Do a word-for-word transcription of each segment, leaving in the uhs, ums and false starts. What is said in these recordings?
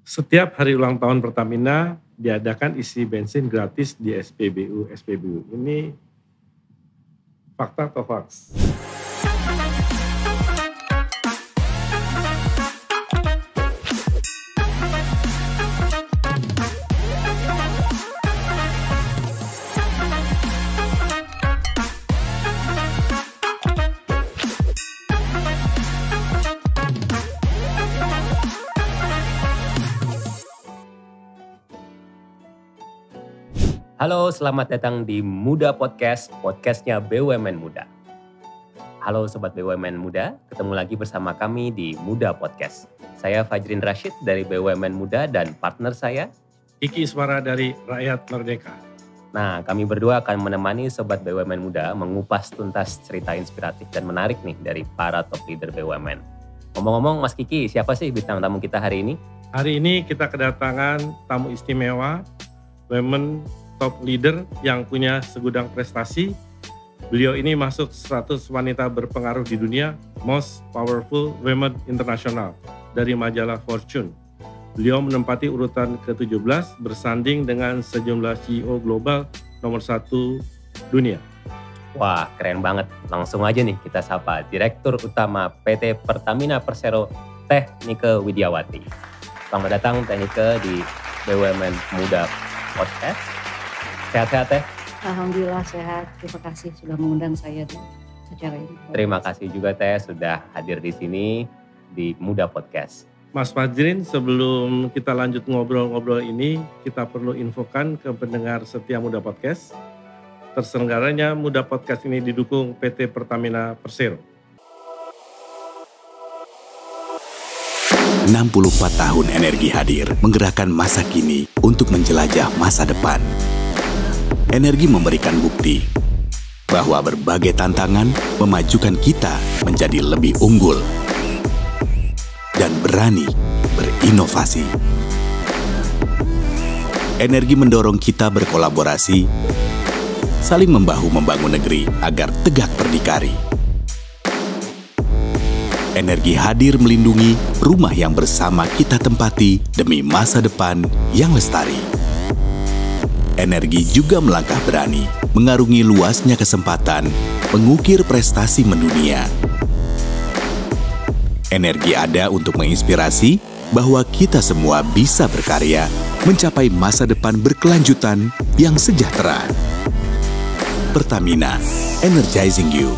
Setiap hari ulang tahun Pertamina diadakan isi bensin gratis di S P B U-S P B U. Ini fakta atau hoax? Halo, selamat datang di Muda Podcast, podcastnya B U M N Muda. Halo Sobat B U M N Muda, ketemu lagi bersama kami di Muda Podcast. Saya Fajrin Rashid dari B U M N Muda dan partner saya Iki Iswara dari Rakyat Merdeka. Nah, kami berdua akan menemani Sobat B U M N Muda mengupas tuntas cerita inspiratif dan menarik nih dari para top leader B U M N. Ngomong-ngomong Mas Kiki, siapa sih bintang tamu kita hari ini? Hari ini kita kedatangan tamu istimewa, Women top leader yang punya segudang prestasi. Beliau ini masuk seratus wanita berpengaruh di dunia, Most Powerful Women International dari majalah Fortune. Beliau menempati urutan ke tujuh belas bersanding dengan sejumlah C E O global nomor satu dunia. Wah, keren banget. Langsung aja nih kita sapa Direktur Utama P T Pertamina Persero, Teh Nike Widiawati. Selamat datang Teh Nike di B U M N Muda Podcast. Sehat-sehat Teh? Alhamdulillah sehat. Terima kasih sudah mengundang saya di acara ini. Terima kasih juga Teh sudah hadir di sini di Muda Podcast. Mas Fajrin, sebelum kita lanjut ngobrol-ngobrol ini, kita perlu infokan ke pendengar setia Muda Podcast. Terselenggaranya Muda Podcast ini didukung P T Pertamina Persero. enam puluh empat tahun energi hadir menggerakkan masa kini untuk menjelajah masa depan. Energi memberikan bukti bahwa berbagai tantangan memajukan kita menjadi lebih unggul dan berani berinovasi. Energi mendorong kita berkolaborasi, saling membahu membangun negeri agar tegak berdikari. Energi hadir melindungi rumah yang bersama kita tempati demi masa depan yang lestari. Energi juga melangkah berani, mengarungi luasnya kesempatan, mengukir prestasi mendunia. Energi ada untuk menginspirasi bahwa kita semua bisa berkarya, mencapai masa depan berkelanjutan yang sejahtera. Pertamina, energizing you.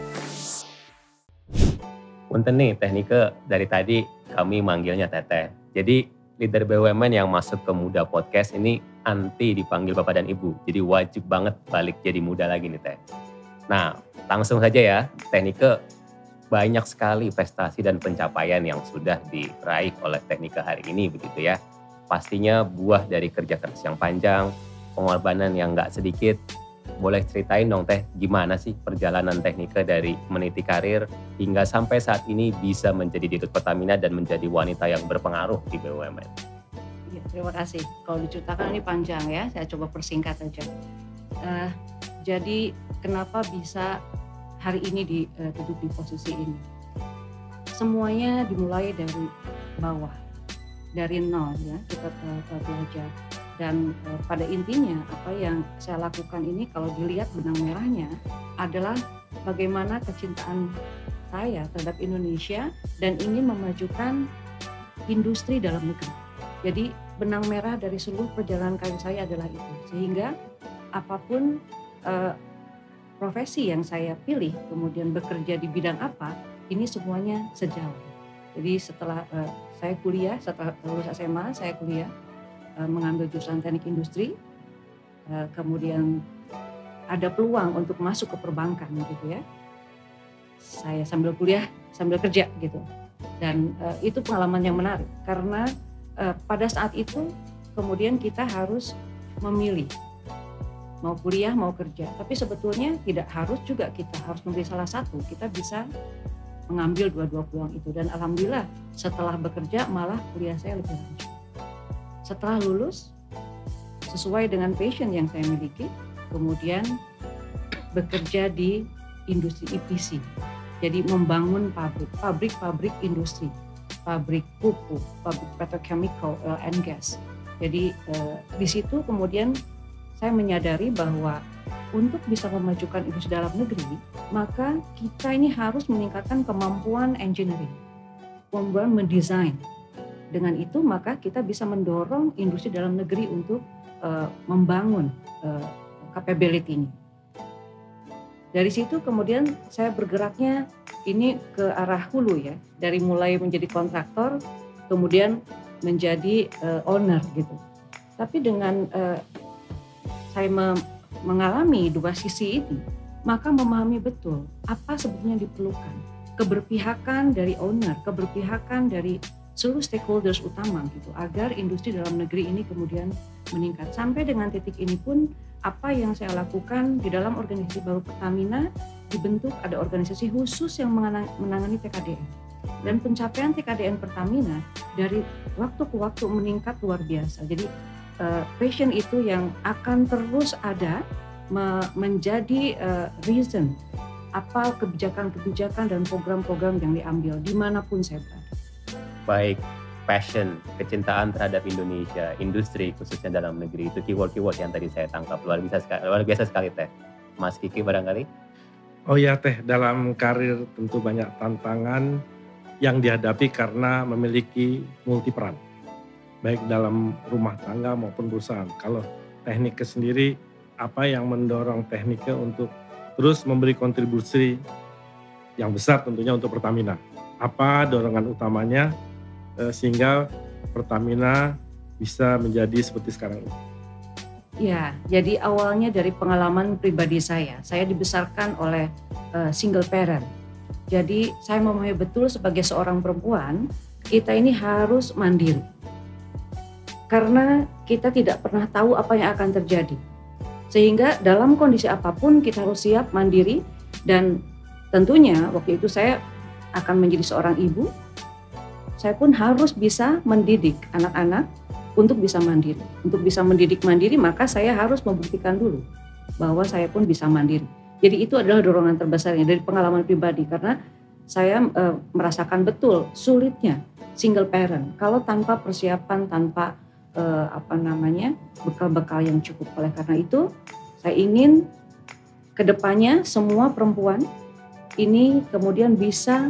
Punten nih Teh Nike, dari tadi kami manggilnya Teteh. Jadi leader B U M N yang masuk ke Muda Podcast ini anti dipanggil Bapak dan Ibu. Jadi wajib banget balik jadi muda lagi nih Teh. Nah langsung saja ya Teh Nike, banyak sekali prestasi dan pencapaian yang sudah diraih oleh Teh Nike hari ini begitu ya. Pastinya buah dari kerja keras yang panjang, pengorbanan yang gak sedikit. Boleh ceritain dong Teh, gimana sih perjalanan Teh Nike dari meniti karir hingga sampai saat ini bisa menjadi Dirut Pertamina dan menjadi wanita yang berpengaruh di B U M N? Ya, terima kasih. Kalau diceritakan ini panjang ya, saya coba persingkat aja. Uh, jadi kenapa bisa hari ini di, uh, duduk di posisi ini? Semuanya dimulai dari bawah, dari nol ya, kita uh, belajar. Dan uh, pada intinya apa yang saya lakukan ini kalau dilihat benang merahnya adalah bagaimana kecintaan saya terhadap Indonesia dan ingin memajukan industri dalam negeri. Jadi benang merah dari seluruh perjalanan karir saya adalah itu. Sehingga apapun uh, profesi yang saya pilih, kemudian bekerja di bidang apa, ini semuanya sejalan. Jadi setelah uh, saya kuliah, setelah lulus S M A saya kuliah, mengambil jurusan teknik industri, kemudian ada peluang untuk masuk ke perbankan gitu ya. Saya sambil kuliah, sambil kerja gitu. Dan uh, itu pengalaman yang menarik karena uh, pada saat itu kemudian kita harus memilih mau kuliah mau kerja. Tapi sebetulnya tidak harus juga kita harus memilih salah satu. Kita bisa mengambil dua-dua peluang itu. Dan alhamdulillah setelah bekerja malah kuliah saya lebih lanjut. Setelah lulus, sesuai dengan passion yang saya miliki, kemudian bekerja di industri E P C. Jadi membangun pabrik, pabrik-pabrik industri. pabrik pupuk, pabrik petrochemical, oil and gas. Jadi eh, di situ kemudian saya menyadari bahwa untuk bisa memajukan industri dalam negeri, maka kita ini harus meningkatkan kemampuan engineering, kemampuan mendesain. Dengan itu maka kita bisa mendorong industri dalam negeri untuk uh, membangun uh, capability ini. Dari situ kemudian saya bergeraknya ini ke arah hulu ya, dari mulai menjadi kontraktor, kemudian menjadi uh, owner gitu. Tapi dengan uh, saya me- mengalami dua sisi ini, maka memahami betul apa sebetulnya diperlukan. Keberpihakan dari owner, keberpihakan dari seluruh stakeholders utama gitu, agar industri dalam negeri ini kemudian meningkat. Sampai dengan titik ini pun, apa yang saya lakukan di dalam organisasi baru Pertamina, dibentuk ada organisasi khusus yang menangani T K D N. Dan pencapaian T K D N Pertamina dari waktu ke waktu meningkat luar biasa. Jadi uh, passion itu yang akan terus ada me- menjadi uh, reason apa kebijakan-kebijakan dan program-program yang diambil dimanapun saya berada. Baik, passion, kecintaan terhadap Indonesia, industri khususnya dalam negeri, itu keyword-keyword yang tadi saya tangkap. Luar biasa sekali, luar biasa sekali Teh. Mas Kiki barangkali? Oh ya Teh, dalam karir tentu banyak tantangan yang dihadapi karena memiliki multiperan. Baik dalam rumah tangga maupun perusahaan. Kalau Teknike sendiri, apa yang mendorong Teknike untuk terus memberi kontribusi yang besar tentunya untuk Pertamina? Apa dorongan utamanya sehingga Pertamina bisa menjadi seperti sekarang ini? Ya, jadi awalnya dari pengalaman pribadi saya. Saya dibesarkan oleh uh, single parent. Jadi saya memahami betul sebagai seorang perempuan, kita ini harus mandiri. Karena kita tidak pernah tahu apa yang akan terjadi. Sehingga dalam kondisi apapun kita harus siap mandiri, dan tentunya waktu itu saya akan menjadi seorang ibu. Saya pun harus bisa mendidik anak-anak untuk bisa mandiri. Untuk bisa mendidik mandiri, maka saya harus membuktikan dulu bahwa saya pun bisa mandiri. Jadi itu adalah dorongan terbesarnya dari pengalaman pribadi, karena saya e, merasakan betul sulitnya single parent kalau tanpa persiapan, tanpa e, apa namanya bekal-bekal yang cukup. Oleh karena itu, saya ingin kedepannya semua perempuan ini kemudian bisa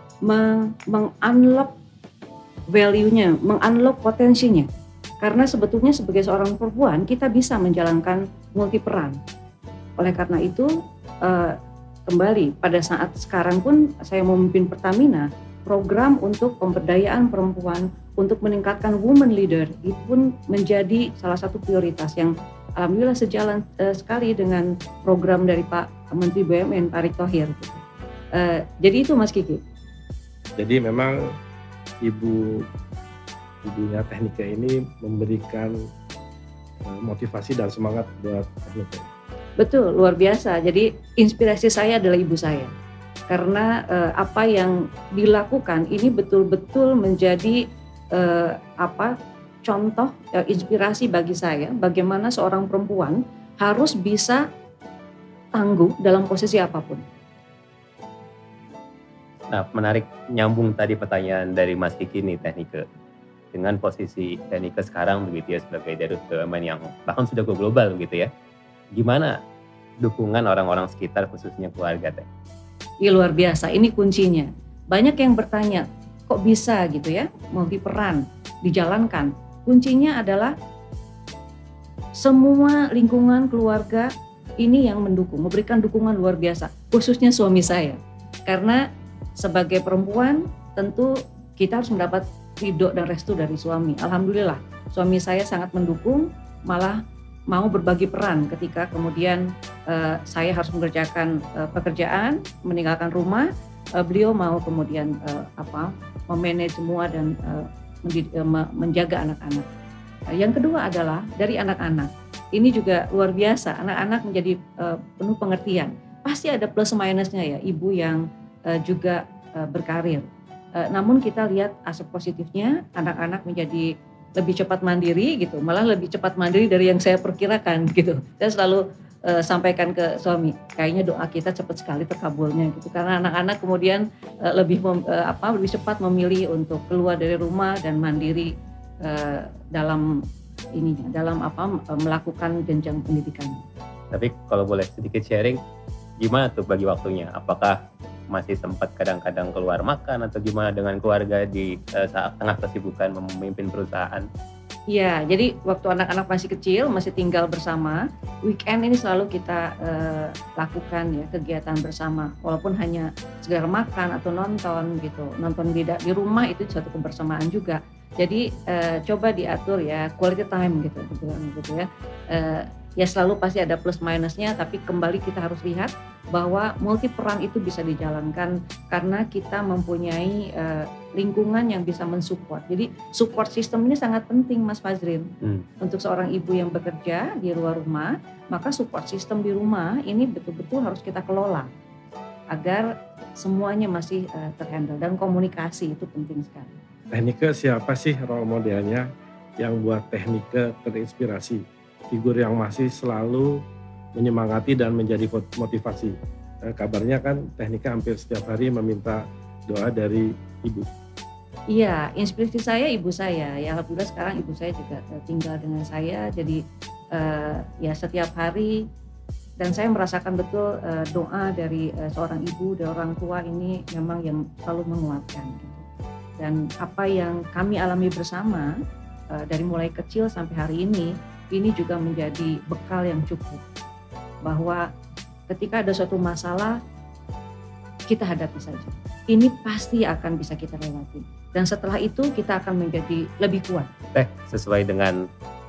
meng-unlock value-nya, meng-unlock potensinya. Karena sebetulnya sebagai seorang perempuan kita bisa menjalankan multiperan. Oleh karena itu eh, kembali pada saat sekarang pun saya memimpin Pertamina, program untuk pemberdayaan perempuan, untuk meningkatkan women leader itu pun menjadi salah satu prioritas yang alhamdulillah sejalan eh, sekali dengan program dari Pak Menteri B U M N Pak Erick Thohir. Gitu. Eh, jadi itu Mas Kiki. Jadi memang ibu ibunya Teknike ini memberikan motivasi dan semangat buat Teknike. Betul, luar biasa. Jadi inspirasi saya adalah ibu saya. Karena eh, apa yang dilakukan ini betul-betul menjadi eh, apa contoh eh, inspirasi bagi saya bagaimana seorang perempuan harus bisa tangguh dalam posisi apapun. Nah, menarik nyambung tadi pertanyaan dari Mas Kiki nih, Teknike. Dengan posisi Teknike sekarang begitu ya sebagai Dirut B U M N yang bahkan sudah go global begitu ya. Gimana dukungan orang-orang sekitar khususnya keluarga Teh? Iya luar biasa, ini kuncinya. Banyak yang bertanya, kok bisa gitu ya multiperan dijalankan? Kuncinya adalah semua lingkungan keluarga ini yang mendukung, memberikan dukungan luar biasa, khususnya suami saya. Karena sebagai perempuan tentu kita harus mendapat ridho dan restu dari suami. Alhamdulillah suami saya sangat mendukung, malah mau berbagi peran ketika kemudian uh, saya harus mengerjakan uh, pekerjaan, meninggalkan rumah, uh, beliau mau kemudian uh, apa memanage semua dan uh, mendid- uh, menjaga anak-anak. Uh, yang kedua adalah dari anak-anak. Ini juga luar biasa, anak-anak menjadi uh, penuh pengertian. Pasti ada plus minusnya ya, ibu yang uh, juga uh, berkarir. Uh, namun kita lihat aspek positifnya, anak-anak menjadi lebih cepat mandiri gitu, malah lebih cepat mandiri dari yang saya perkirakan gitu. Saya selalu uh, sampaikan ke suami, kayaknya doa kita cepat sekali terkabulnya gitu. Karena anak-anak kemudian uh, lebih mem, uh, apa lebih cepat memilih untuk keluar dari rumah dan mandiri uh, dalam ininya, dalam apa uh, melakukan jenjang pendidikan. Tapi kalau boleh sedikit sharing, gimana tuh bagi waktunya? Apakah masih sempat kadang-kadang keluar makan atau gimana dengan keluarga di uh, saat tengah kesibukan memimpin perusahaan? Iya, jadi waktu anak-anak masih kecil, masih tinggal bersama, weekend ini selalu kita uh, lakukan ya kegiatan bersama, walaupun hanya sekedar makan atau nonton gitu, nonton di, di rumah itu satu kebersamaan juga. Jadi uh, coba diatur ya quality time gitu, gitu ya. Uh, ya selalu pasti ada plus minusnya, tapi kembali kita harus lihat bahwa multi peran itu bisa dijalankan karena kita mempunyai uh, lingkungan yang bisa mensupport. Jadi support system ini sangat penting Mas Fazrin. Hmm. Untuk seorang ibu yang bekerja di luar rumah, maka support system di rumah ini betul-betul harus kita kelola agar semuanya masih uh, terhandle, dan komunikasi itu penting sekali. Teknike siapa sih role modelnya yang buat Teknike terinspirasi? Figur yang masih selalu menyemangati dan menjadi motivasi. Eh, kabarnya kan Teknike hampir setiap hari meminta doa dari ibu. Iya, inspirasi saya ibu saya. Ya alhamdulillah sekarang ibu saya juga tinggal dengan saya. Jadi uh, ya setiap hari, dan saya merasakan betul uh, doa dari uh, seorang ibu, dari orang tua ini memang yang selalu menguatkan. Gitu. Dan apa yang kami alami bersama uh, dari mulai kecil sampai hari ini, ini juga menjadi bekal yang cukup. Bahwa ketika ada suatu masalah, kita hadapi saja. Ini pasti akan bisa kita lewati. Dan setelah itu kita akan menjadi lebih kuat. Teh, sesuai dengan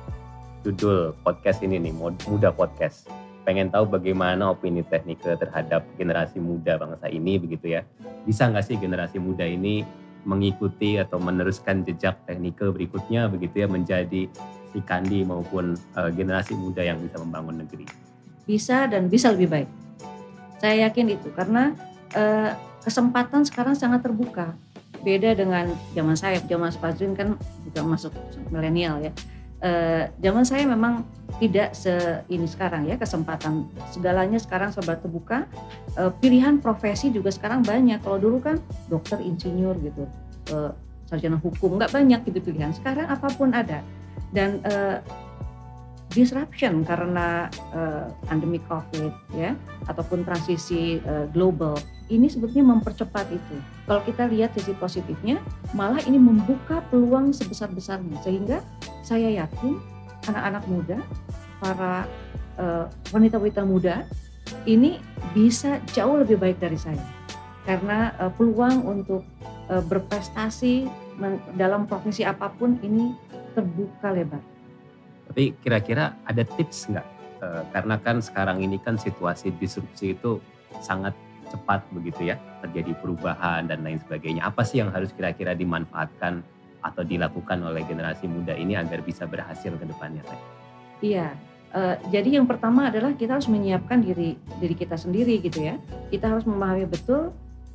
judul podcast ini nih, Muda Podcast. Pengen tahu bagaimana opini Teknike terhadap generasi muda bangsa ini begitu ya. Bisa nggak sih generasi muda ini mengikuti atau meneruskan jejak Teknike berikutnya begitu ya, menjadi si Kandi maupun uh, generasi muda yang bisa membangun negeri? Bisa dan bisa lebih baik. Saya yakin itu karena uh, kesempatan sekarang sangat terbuka. Beda dengan zaman saya, zaman Mas Fazrin kan juga masuk milenial ya. Uh, zaman saya memang tidak se ini sekarang ya, kesempatan segalanya sekarang serba terbuka. Uh, pilihan profesi juga sekarang banyak. Kalau dulu kan dokter, insinyur gitu, uh, sarjana hukum, nggak banyak gitu pilihan. Sekarang apapun ada. Dan uh, disruption karena uh, pandemi COVID ya, ataupun transisi uh, global, ini sebetulnya mempercepat itu. Kalau kita lihat sisi positifnya, malah ini membuka peluang sebesar-besarnya. Sehingga saya yakin anak-anak muda, para uh, wanita-wanita muda, ini bisa jauh lebih baik dari saya. Karena uh, peluang untuk uh, berprestasi men- dalam profesi apapun ini terbuka lebar. Tapi kira-kira ada tips nggak? E, karena kan sekarang ini kan situasi disrupsi itu sangat cepat begitu ya, terjadi perubahan dan lain sebagainya. Apa sih yang harus kira-kira dimanfaatkan atau dilakukan oleh generasi muda ini agar bisa berhasil ke depannya? Iya, e, jadi yang pertama adalah kita harus menyiapkan diri diri kita sendiri gitu ya. Kita harus memahami betul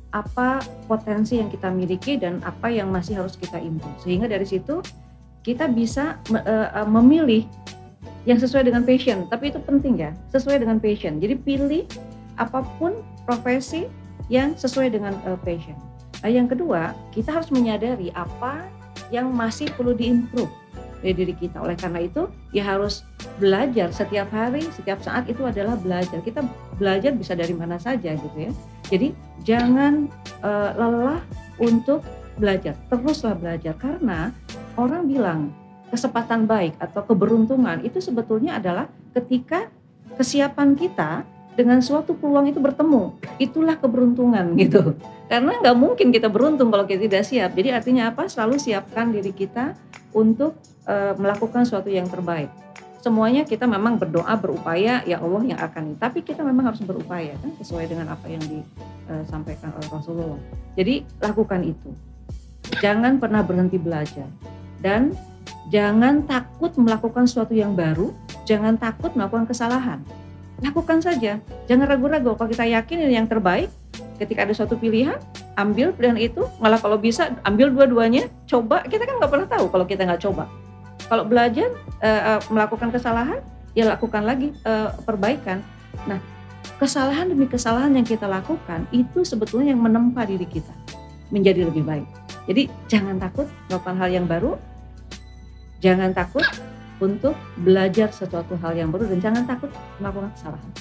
apa potensi yang kita miliki dan apa yang masih harus kita improve. Sehingga dari situ kita bisa uh, memilih yang sesuai dengan passion, tapi itu penting ya, sesuai dengan passion. Jadi pilih apapun profesi yang sesuai dengan uh, passion. Nah, yang kedua, kita harus menyadari apa yang masih perlu diimprove dari diri kita. Oleh karena itu, ya harus belajar setiap hari, setiap saat itu adalah belajar. Kita belajar bisa dari mana saja gitu ya. Jadi jangan uh, lelah untuk belajar, teruslah belajar karena orang bilang kesempatan baik atau keberuntungan itu sebetulnya adalah ketika kesiapan kita dengan suatu peluang itu bertemu. Itulah keberuntungan gitu. Karena nggak mungkin kita beruntung kalau kita tidak siap. Jadi artinya apa? Selalu siapkan diri kita untuk e, melakukan sesuatu yang terbaik. Semuanya kita memang berdoa, berupaya, ya Allah yang akan. Tapi kita memang harus berupaya kan sesuai dengan apa yang disampaikan oleh Rasulullah. Jadi lakukan itu. Jangan pernah berhenti belajar dan jangan takut melakukan sesuatu yang baru, jangan takut melakukan kesalahan. Lakukan saja, jangan ragu-ragu. Kalau kita yakin ini yang terbaik, ketika ada suatu pilihan, ambil pilihan itu. Malah kalau bisa ambil dua-duanya, coba. Kita kan nggak pernah tahu kalau kita nggak coba. Kalau belajar uh, uh, melakukan kesalahan, ya lakukan lagi uh, perbaikan. Nah, kesalahan demi kesalahan yang kita lakukan itu sebetulnya yang menempa diri kita menjadi lebih baik. Jadi jangan takut melakukan hal yang baru, jangan takut untuk belajar sesuatu hal yang baru, dan jangan takut melakukan kesalahan.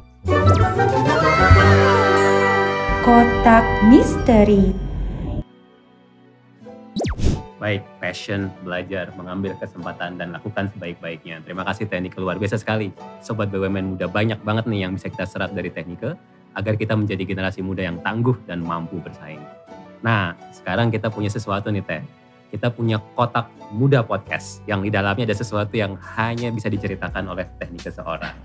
Kotak Misteri. Baik, passion, belajar, mengambil kesempatan, dan lakukan sebaik-baiknya. Terima kasih Teknike, luar biasa sekali. Sobat B U M N Muda, banyak banget nih yang bisa kita serap dari Teknike agar kita menjadi generasi muda yang tangguh dan mampu bersaing. Nah, sekarang kita punya sesuatu nih Teh. Kita punya Kotak Muda Podcast yang di dalamnya ada sesuatu yang hanya bisa diceritakan oleh Teknike seorang.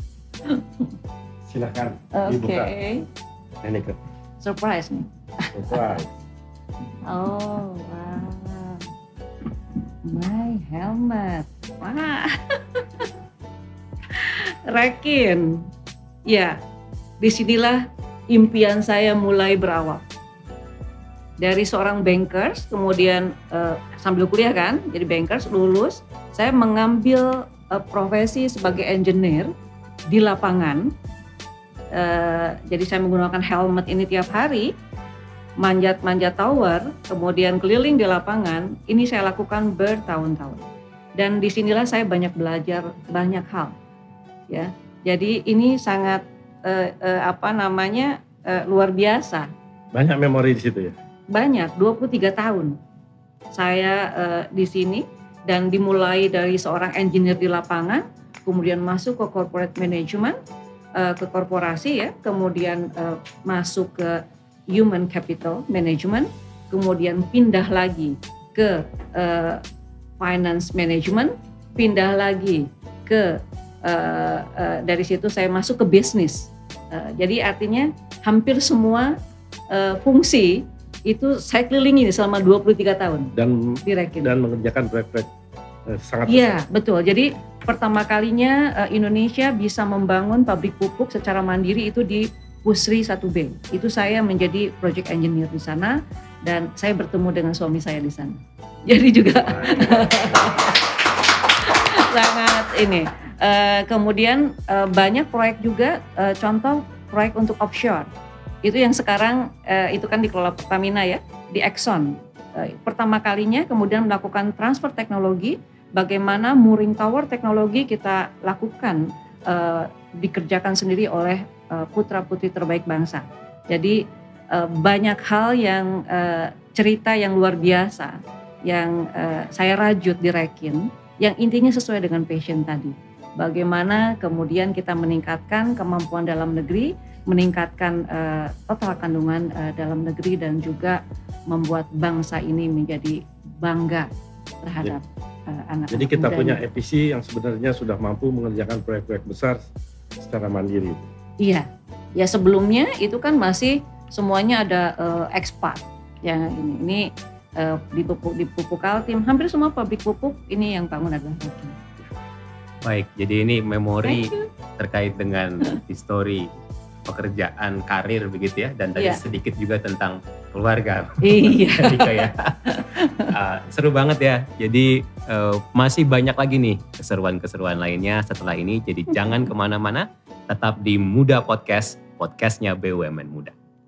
Silakan Oke. dibuka. Teknike. Surprise nih. Surprise. Oh, wow. My helmet. Wah. Rekin. Ya, disinilah impian saya mulai berawal. Dari seorang bankers, kemudian uh, sambil kuliah kan, jadi bankers, lulus, saya mengambil uh, profesi sebagai engineer di lapangan. Uh, jadi saya menggunakan helmet ini tiap hari, manjat-manjat tower, kemudian keliling di lapangan. Ini saya lakukan bertahun-tahun. Dan disinilah saya banyak belajar banyak hal. Ya, jadi ini sangat uh, uh, apa namanya uh, luar biasa. Banyak memori di situ ya. Banyak, dua puluh tiga tahun saya uh, di sini, dan dimulai dari seorang engineer di lapangan, kemudian masuk ke corporate management, uh, ke korporasi ya, kemudian uh, masuk ke human capital management, kemudian pindah lagi ke uh, finance management, pindah lagi ke uh, uh, dari situ saya masuk ke bisnis. Uh, jadi artinya hampir semua uh, fungsi itu saya kelilingi selama dua puluh tiga tahun Dan di Rekin. dan mengerjakan proyek-proyek eh, sangat Iya, besar. betul. Jadi pertama kalinya uh, Indonesia bisa membangun pabrik pupuk secara mandiri itu di Pusri satu B. Itu saya menjadi project engineer di sana, dan saya bertemu dengan suami saya di sana. Jadi juga sangat ini. Uh, kemudian uh, banyak proyek juga, uh, contoh proyek untuk offshore. Itu yang sekarang uh, itu kan dikelola Pertamina ya, di Exxon. Uh, pertama kalinya kemudian melakukan transfer teknologi, bagaimana mooring tower teknologi kita lakukan, uh, dikerjakan sendiri oleh uh, putra-putri terbaik bangsa. Jadi uh, banyak hal yang uh, cerita yang luar biasa yang uh, saya rajut di Rekin, yang intinya sesuai dengan passion tadi. Bagaimana kemudian kita meningkatkan kemampuan dalam negeri, meningkatkan uh, total kandungan uh, dalam negeri, dan juga membuat bangsa ini menjadi bangga terhadap uh, anak-anak. Jadi kita mudanya. punya E P C yang sebenarnya sudah mampu mengerjakan proyek-proyek besar secara mandiri. Iya, ya sebelumnya itu kan masih semuanya ada uh, expat. Yang ini, ini uh, di pupuk di pupuk Kaltim, hampir semua pabrik pupuk ini yang bangun adalah Rekin. Baik, jadi ini memori Thank you. terkait dengan histori pekerjaan, karir begitu ya, dan tadi Iya. sedikit juga tentang keluarga. Iya. Ketika ya. Uh, seru banget ya. Jadi uh, masih banyak lagi nih keseruan-keseruan lainnya setelah ini. Jadi jangan kemana-mana, tetap di Muda Podcast, podcastnya B U M N Muda.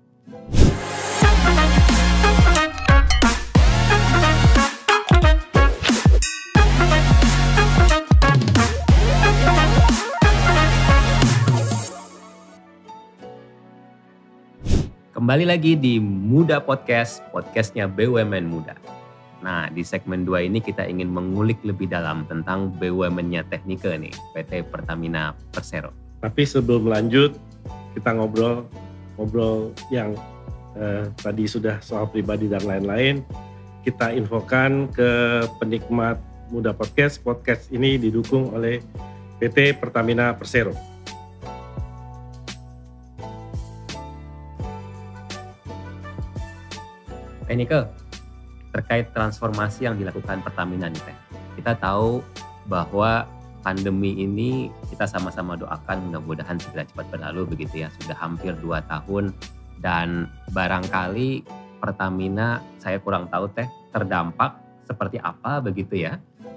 Kembali lagi di Muda Podcast, podcastnya B U M N Muda. Nah, di segmen dua ini kita ingin mengulik lebih dalam tentang B U M N-nya Teknike nih, P T Pertamina Persero. Tapi sebelum lanjut, kita ngobrol ngobrol yang eh, tadi sudah soal pribadi dan lain-lain. Kita infokan ke penikmat Muda Podcast. Podcast ini didukung oleh P T Pertamina Persero. Teknike, terkait transformasi yang dilakukan Pertamina nih Teh. Kita tahu bahwa pandemi ini kita sama-sama doakan mudah-mudahan segera cepat berlalu begitu ya. Sudah hampir dua tahun dan barangkali Pertamina, saya kurang tahu Teh, terdampak seperti apa begitu ya.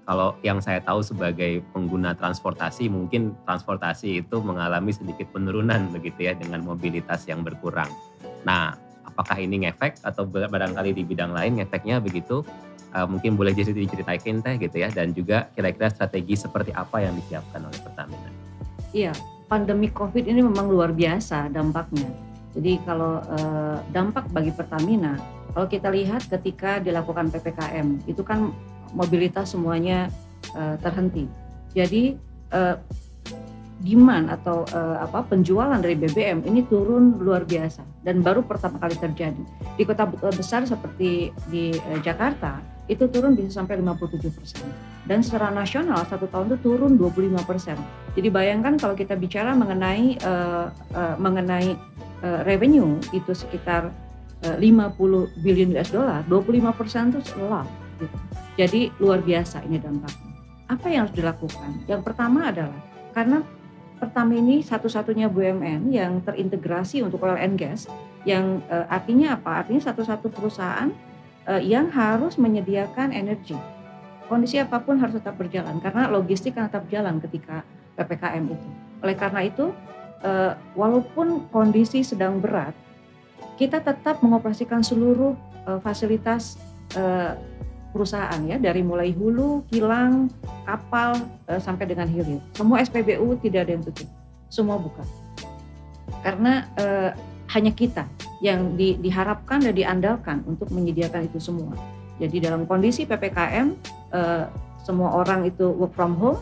kalau yang saya tahu sebagai pengguna transportasi, mungkin transportasi itu mengalami sedikit penurunan begitu ya dengan mobilitas yang berkurang. Nah, apakah ini ngefek atau barangkali di bidang lain ngefeknya begitu? Uh, mungkin boleh jadi diceritain Teh gitu ya, dan juga kira-kira strategi seperti apa yang disiapkan oleh Pertamina? Iya, pandemi COVID ini memang luar biasa dampaknya. Jadi kalau uh, dampak bagi Pertamina, kalau kita lihat ketika dilakukan P P K M, itu kan mobilitas semuanya uh, terhenti. Jadi uh, demand atau uh, apa penjualan dari B B M ini turun luar biasa dan baru pertama kali terjadi. Di kota besar seperti di uh, Jakarta itu turun bisa sampai lima puluh tujuh persen. Dan secara nasional satu tahun itu turun dua puluh lima persen. Jadi bayangkan kalau kita bicara mengenai uh, uh, mengenai uh, revenue itu sekitar uh, lima puluh billion U S dollar, dua puluh lima persen itu a lot gitu. Jadi luar biasa ini dampaknya. Apa yang harus dilakukan? Yang pertama adalah karena Pertamina ini satu-satunya B U M N yang terintegrasi untuk oil and gas, yang uh, artinya apa? Artinya satu-satu perusahaan uh, yang harus menyediakan energi. Kondisi apapun harus tetap berjalan karena logistik kan tetap jalan ketika P P K M itu. Oleh karena itu, uh, walaupun kondisi sedang berat, kita tetap mengoperasikan seluruh uh, fasilitas uh, perusahaan ya, dari mulai hulu, kilang, kapal uh, sampai dengan hilir. Semua S P B U tidak ada yang tutup, semua buka. Karena uh, hanya kita yang di, diharapkan dan diandalkan untuk menyediakan itu semua. Jadi dalam kondisi P P K M, uh, semua orang itu work from home.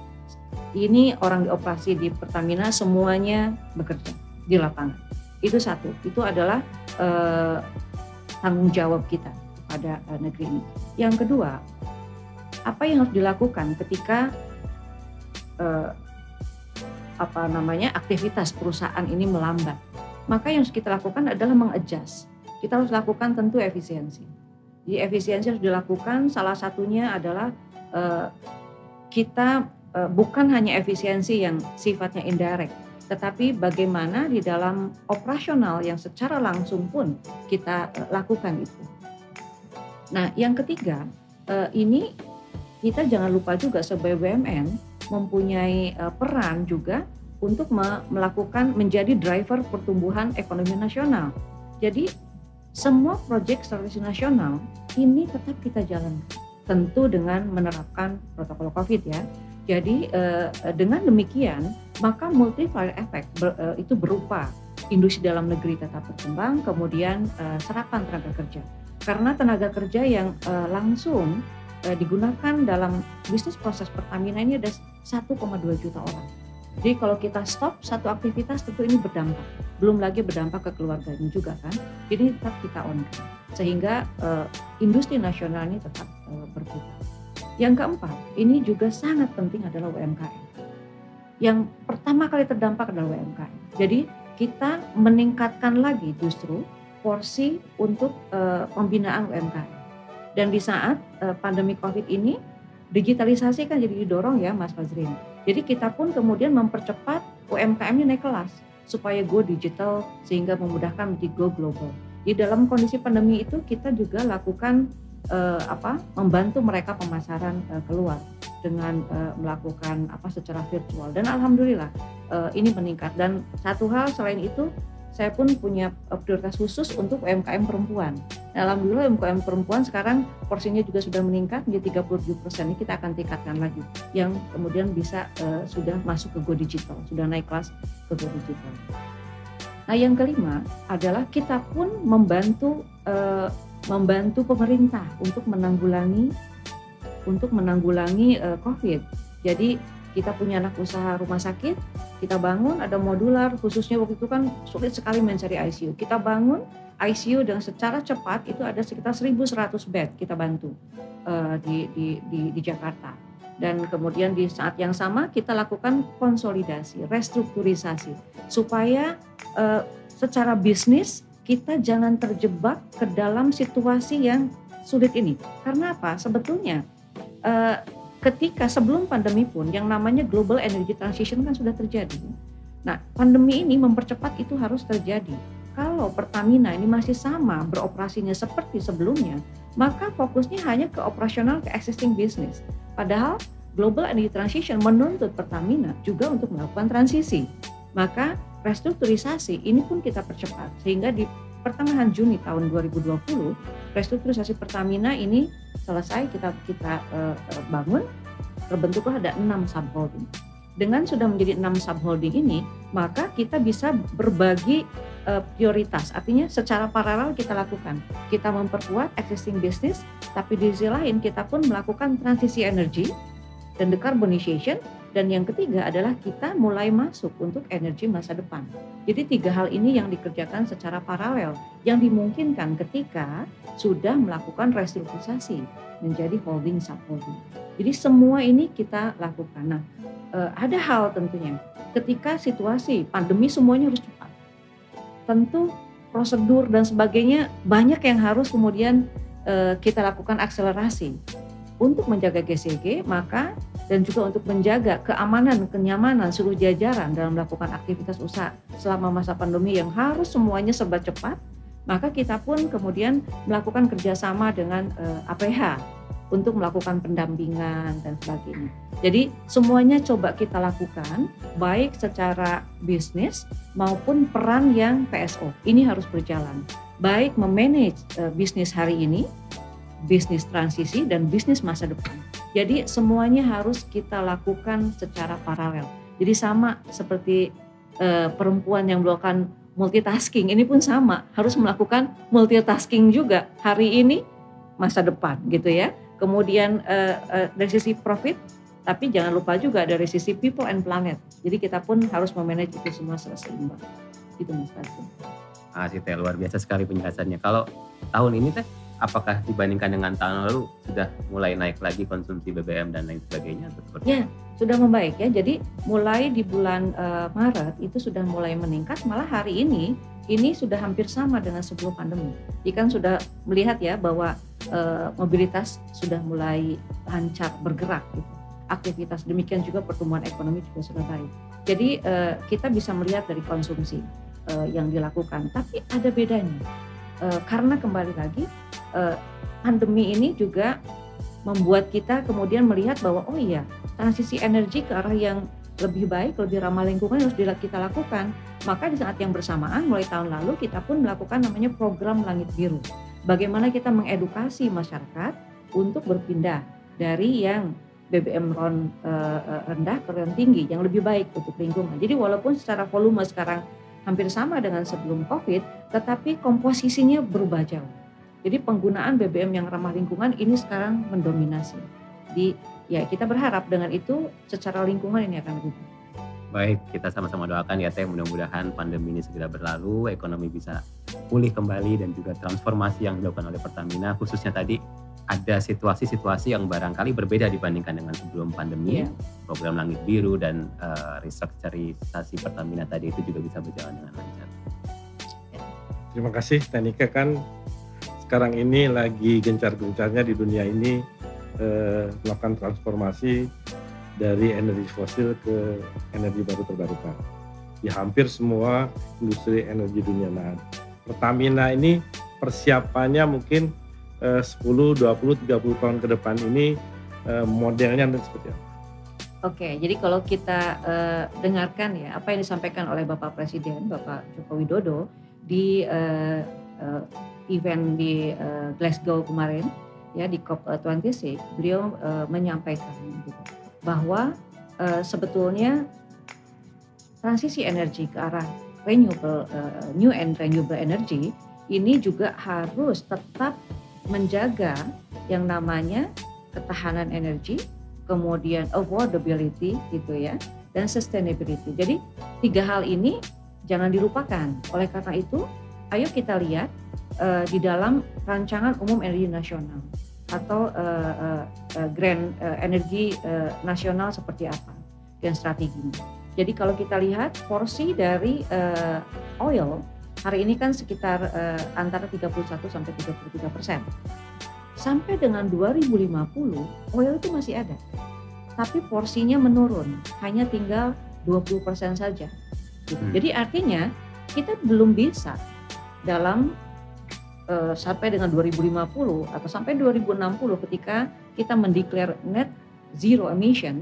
Ini orang di operasi di Pertamina semuanya bekerja di lapangan. Itu satu, itu adalah uh, tanggung jawab kita pada uh, negeri ini. Yang kedua, apa yang harus dilakukan ketika uh, apa namanya aktivitas perusahaan ini melambat? Maka yang harus kita lakukan adalah mengadjust. Kita harus lakukan tentu efisiensi. Jadi efisiensi harus dilakukan. Salah satunya adalah uh, kita uh, bukan hanya efisiensi yang sifatnya indirect, tetapi bagaimana di dalam operasional yang secara langsung pun kita uh, lakukan itu. Nah, yang ketiga, uh, ini kita jangan lupa juga sebagai B U M N mempunyai uh, peran juga untuk me- melakukan menjadi driver pertumbuhan ekonomi nasional. Jadi semua proyek strategis nasional ini tetap kita jalankan, tentu dengan menerapkan protokol COVID ya. Jadi eh, dengan demikian maka multiplier effect ber, eh, itu berupa industri dalam negeri tetap berkembang, kemudian eh, serapan tenaga kerja. Karena tenaga kerja yang eh, langsung eh, digunakan dalam bisnis proses Pertamina ini ada satu koma dua juta orang. Jadi kalau kita stop satu aktivitas tentu ini berdampak, belum lagi berdampak ke keluarganya juga kan. Jadi tetap kita on kan, sehingga uh, industri nasional ini tetap uh, berputar. Yang keempat, ini juga sangat penting adalah U M K M. Yang pertama kali terdampak adalah U M K M. Jadi kita meningkatkan lagi justru porsi untuk uh, pembinaan U M K M. Dan di saat uh, pandemi COVID ini, digitalisasi kan jadi didorong ya Mas Fazrin. Jadi kita pun kemudian mempercepat U M K M ini naik kelas supaya go digital sehingga memudahkan di go global. Di dalam kondisi pandemi itu kita juga lakukan eh, apa membantu mereka pemasaran eh, keluar dengan eh, melakukan apa secara virtual dan alhamdulillah eh, ini meningkat. Dan satu hal selain itu saya pun punya prioritas khusus untuk U M K M perempuan. Nah, alhamdulillah U M K M perempuan sekarang porsinya juga sudah meningkat menjadi tiga puluh tujuh persen. Ini kita akan tingkatkan lagi yang kemudian bisa uh, sudah masuk ke go digital, sudah naik kelas ke go digital. Nah, yang kelima adalah kita pun membantu uh, membantu pemerintah untuk menanggulangi untuk menanggulangi uh, COVID. Jadi kita punya anak usaha rumah sakit, kita bangun ada modular, khususnya waktu itu kan sulit sekali mencari I C U. Kita bangun I C U dengan secara cepat itu ada sekitar seribu seratus bed kita bantu uh, di, di, di, di Jakarta. Dan kemudian di saat yang sama kita lakukan konsolidasi, restrukturisasi supaya uh, secara bisnis kita jangan terjebak ke dalam situasi yang sulit ini. Karena apa? Sebetulnya uh, ketika sebelum pandemi pun yang namanya global energy transition kan sudah terjadi. Nah, pandemi ini mempercepat itu harus terjadi. Kalau Pertamina ini masih sama beroperasinya seperti sebelumnya, maka fokusnya hanya ke operasional, ke existing business. Padahal Global Energy Transition menuntut Pertamina juga untuk melakukan transisi. Maka restrukturisasi ini pun kita percepat sehingga di pertengahan Juni tahun dua ribu dua puluh restrukturisasi Pertamina ini selesai kita kita uh, bangun, terbentuklah ada enam subholding. Dengan sudah menjadi enam subholding ini, maka kita bisa berbagi uh, prioritas. Artinya secara paralel kita lakukan. Kita memperkuat existing business, tapi di sisi lain kita pun melakukan transisi energi dan decarbonization. Dan yang ketiga adalah kita mulai masuk untuk energi masa depan. Jadi tiga hal ini yang dikerjakan secara paralel, yang dimungkinkan ketika sudah melakukan restrukturisasi menjadi holding subholding. Jadi semua ini kita lakukan. Nah, Uh, ada hal tentunya ketika situasi pandemi semuanya harus cepat. Tentu prosedur dan sebagainya banyak yang harus kemudian uh, kita lakukan akselerasi untuk menjaga G C G, maka dan juga untuk menjaga keamanan, kenyamanan seluruh jajaran dalam melakukan aktivitas usaha selama masa pandemi yang harus semuanya serba cepat. Maka kita pun kemudian melakukan kerjasama dengan uh, A P H untuk melakukan pendampingan dan sebagainya. Jadi semuanya coba kita lakukan, baik secara bisnis maupun peran yang P S O. Ini harus berjalan. Baik memanage uh, bisnis hari ini, bisnis transisi, dan bisnis masa depan. Jadi semuanya harus kita lakukan secara paralel. Jadi sama seperti uh, perempuan yang melakukan multitasking, ini pun sama. Harus melakukan multitasking juga hari ini, masa depan gitu ya. Kemudian uh, uh, dari sisi profit, tapi jangan lupa juga dari sisi people and planet. Jadi kita pun harus memanage itu semua secara seimbang. Itu Mas Taslim. Ah, sih Teh, luar biasa sekali penjelasannya. Kalau tahun ini Teh, apakah dibandingkan dengan tahun lalu sudah mulai naik lagi konsumsi B B M dan lain sebagainya? Atau seperti ya, sudah membaik ya. Jadi mulai di bulan uh, Maret itu sudah mulai meningkat. Malah hari ini ini sudah hampir sama dengan sebelum pandemi. Jadi kan sudah melihat ya bahwa uh, mobilitas sudah mulai lancar bergerak gitu. Aktivitas demikian juga pertumbuhan ekonomi juga sudah baik. Jadi uh, kita bisa melihat dari konsumsi uh, yang dilakukan. Tapi ada bedanya uh, karena kembali lagi uh, pandemi ini juga membuat kita kemudian melihat bahwa oh iya transisi energi ke arah yang lebih baik, lebih ramah lingkungan harus kita lakukan. Maka di saat yang bersamaan mulai tahun lalu kita pun melakukan namanya program Langit Biru. Bagaimana kita mengedukasi masyarakat untuk berpindah dari yang B B M ron uh, rendah ke ron tinggi yang lebih baik untuk lingkungan. Jadi walaupun secara volume sekarang hampir sama dengan sebelum COVID, tetapi komposisinya berubah jauh. Jadi penggunaan B B M yang ramah lingkungan ini sekarang mendominasi. Di ya kita berharap dengan itu secara lingkungan ini akan lebih baik. Baik, kita sama-sama doakan ya Teh, mudah-mudahan pandemi ini segera berlalu, ekonomi bisa pulih kembali dan juga transformasi yang dilakukan oleh Pertamina, khususnya tadi ada situasi-situasi yang barangkali berbeda dibandingkan dengan sebelum pandemi. Yeah. Program Langit Biru dan uh, restrukturisasi Pertamina tadi itu juga bisa berjalan dengan lancar. Terima kasih Teh Nike, kan sekarang ini lagi gencar-gencarnya di dunia ini eh, melakukan transformasi dari energi fosil ke energi baru terbarukan di hampir semua industri energi dunia. Nah, Pertamina ini persiapannya mungkin eh, sepuluh, dua puluh, tiga puluh tahun ke depan ini eh, modelnya seperti apa? Oke, jadi kalau kita eh, dengarkan ya apa yang disampaikan oleh Bapak Presiden, Bapak Joko Widodo di eh, eh, event di eh, Glasgow kemarin ya di C O P dua puluh enam, beliau eh, menyampaikan gitu, bahwa uh, sebetulnya transisi energi ke arah renewable, uh, new and renewable energy ini juga harus tetap menjaga yang namanya ketahanan energi, kemudian affordability gitu ya, dan sustainability. Jadi tiga hal ini jangan dilupakan. Oleh karena itu, ayo kita lihat uh, di dalam rancangan umum energi nasional atau uh, uh, uh, grand uh, energi uh, nasional seperti apa dan strateginya. Jadi kalau kita lihat porsi dari uh, oil hari ini kan sekitar uh, antara tiga puluh satu sampai tiga puluh tiga persen. Sampai dengan dua ribu lima puluh oil itu masih ada. Tapi porsinya menurun, hanya tinggal dua puluh persen saja. Gitu. Hmm. Jadi artinya kita belum bisa dalam sampai dengan dua ribu lima puluh atau sampai dua ribu enam puluh ketika kita mendeklar net zero emission,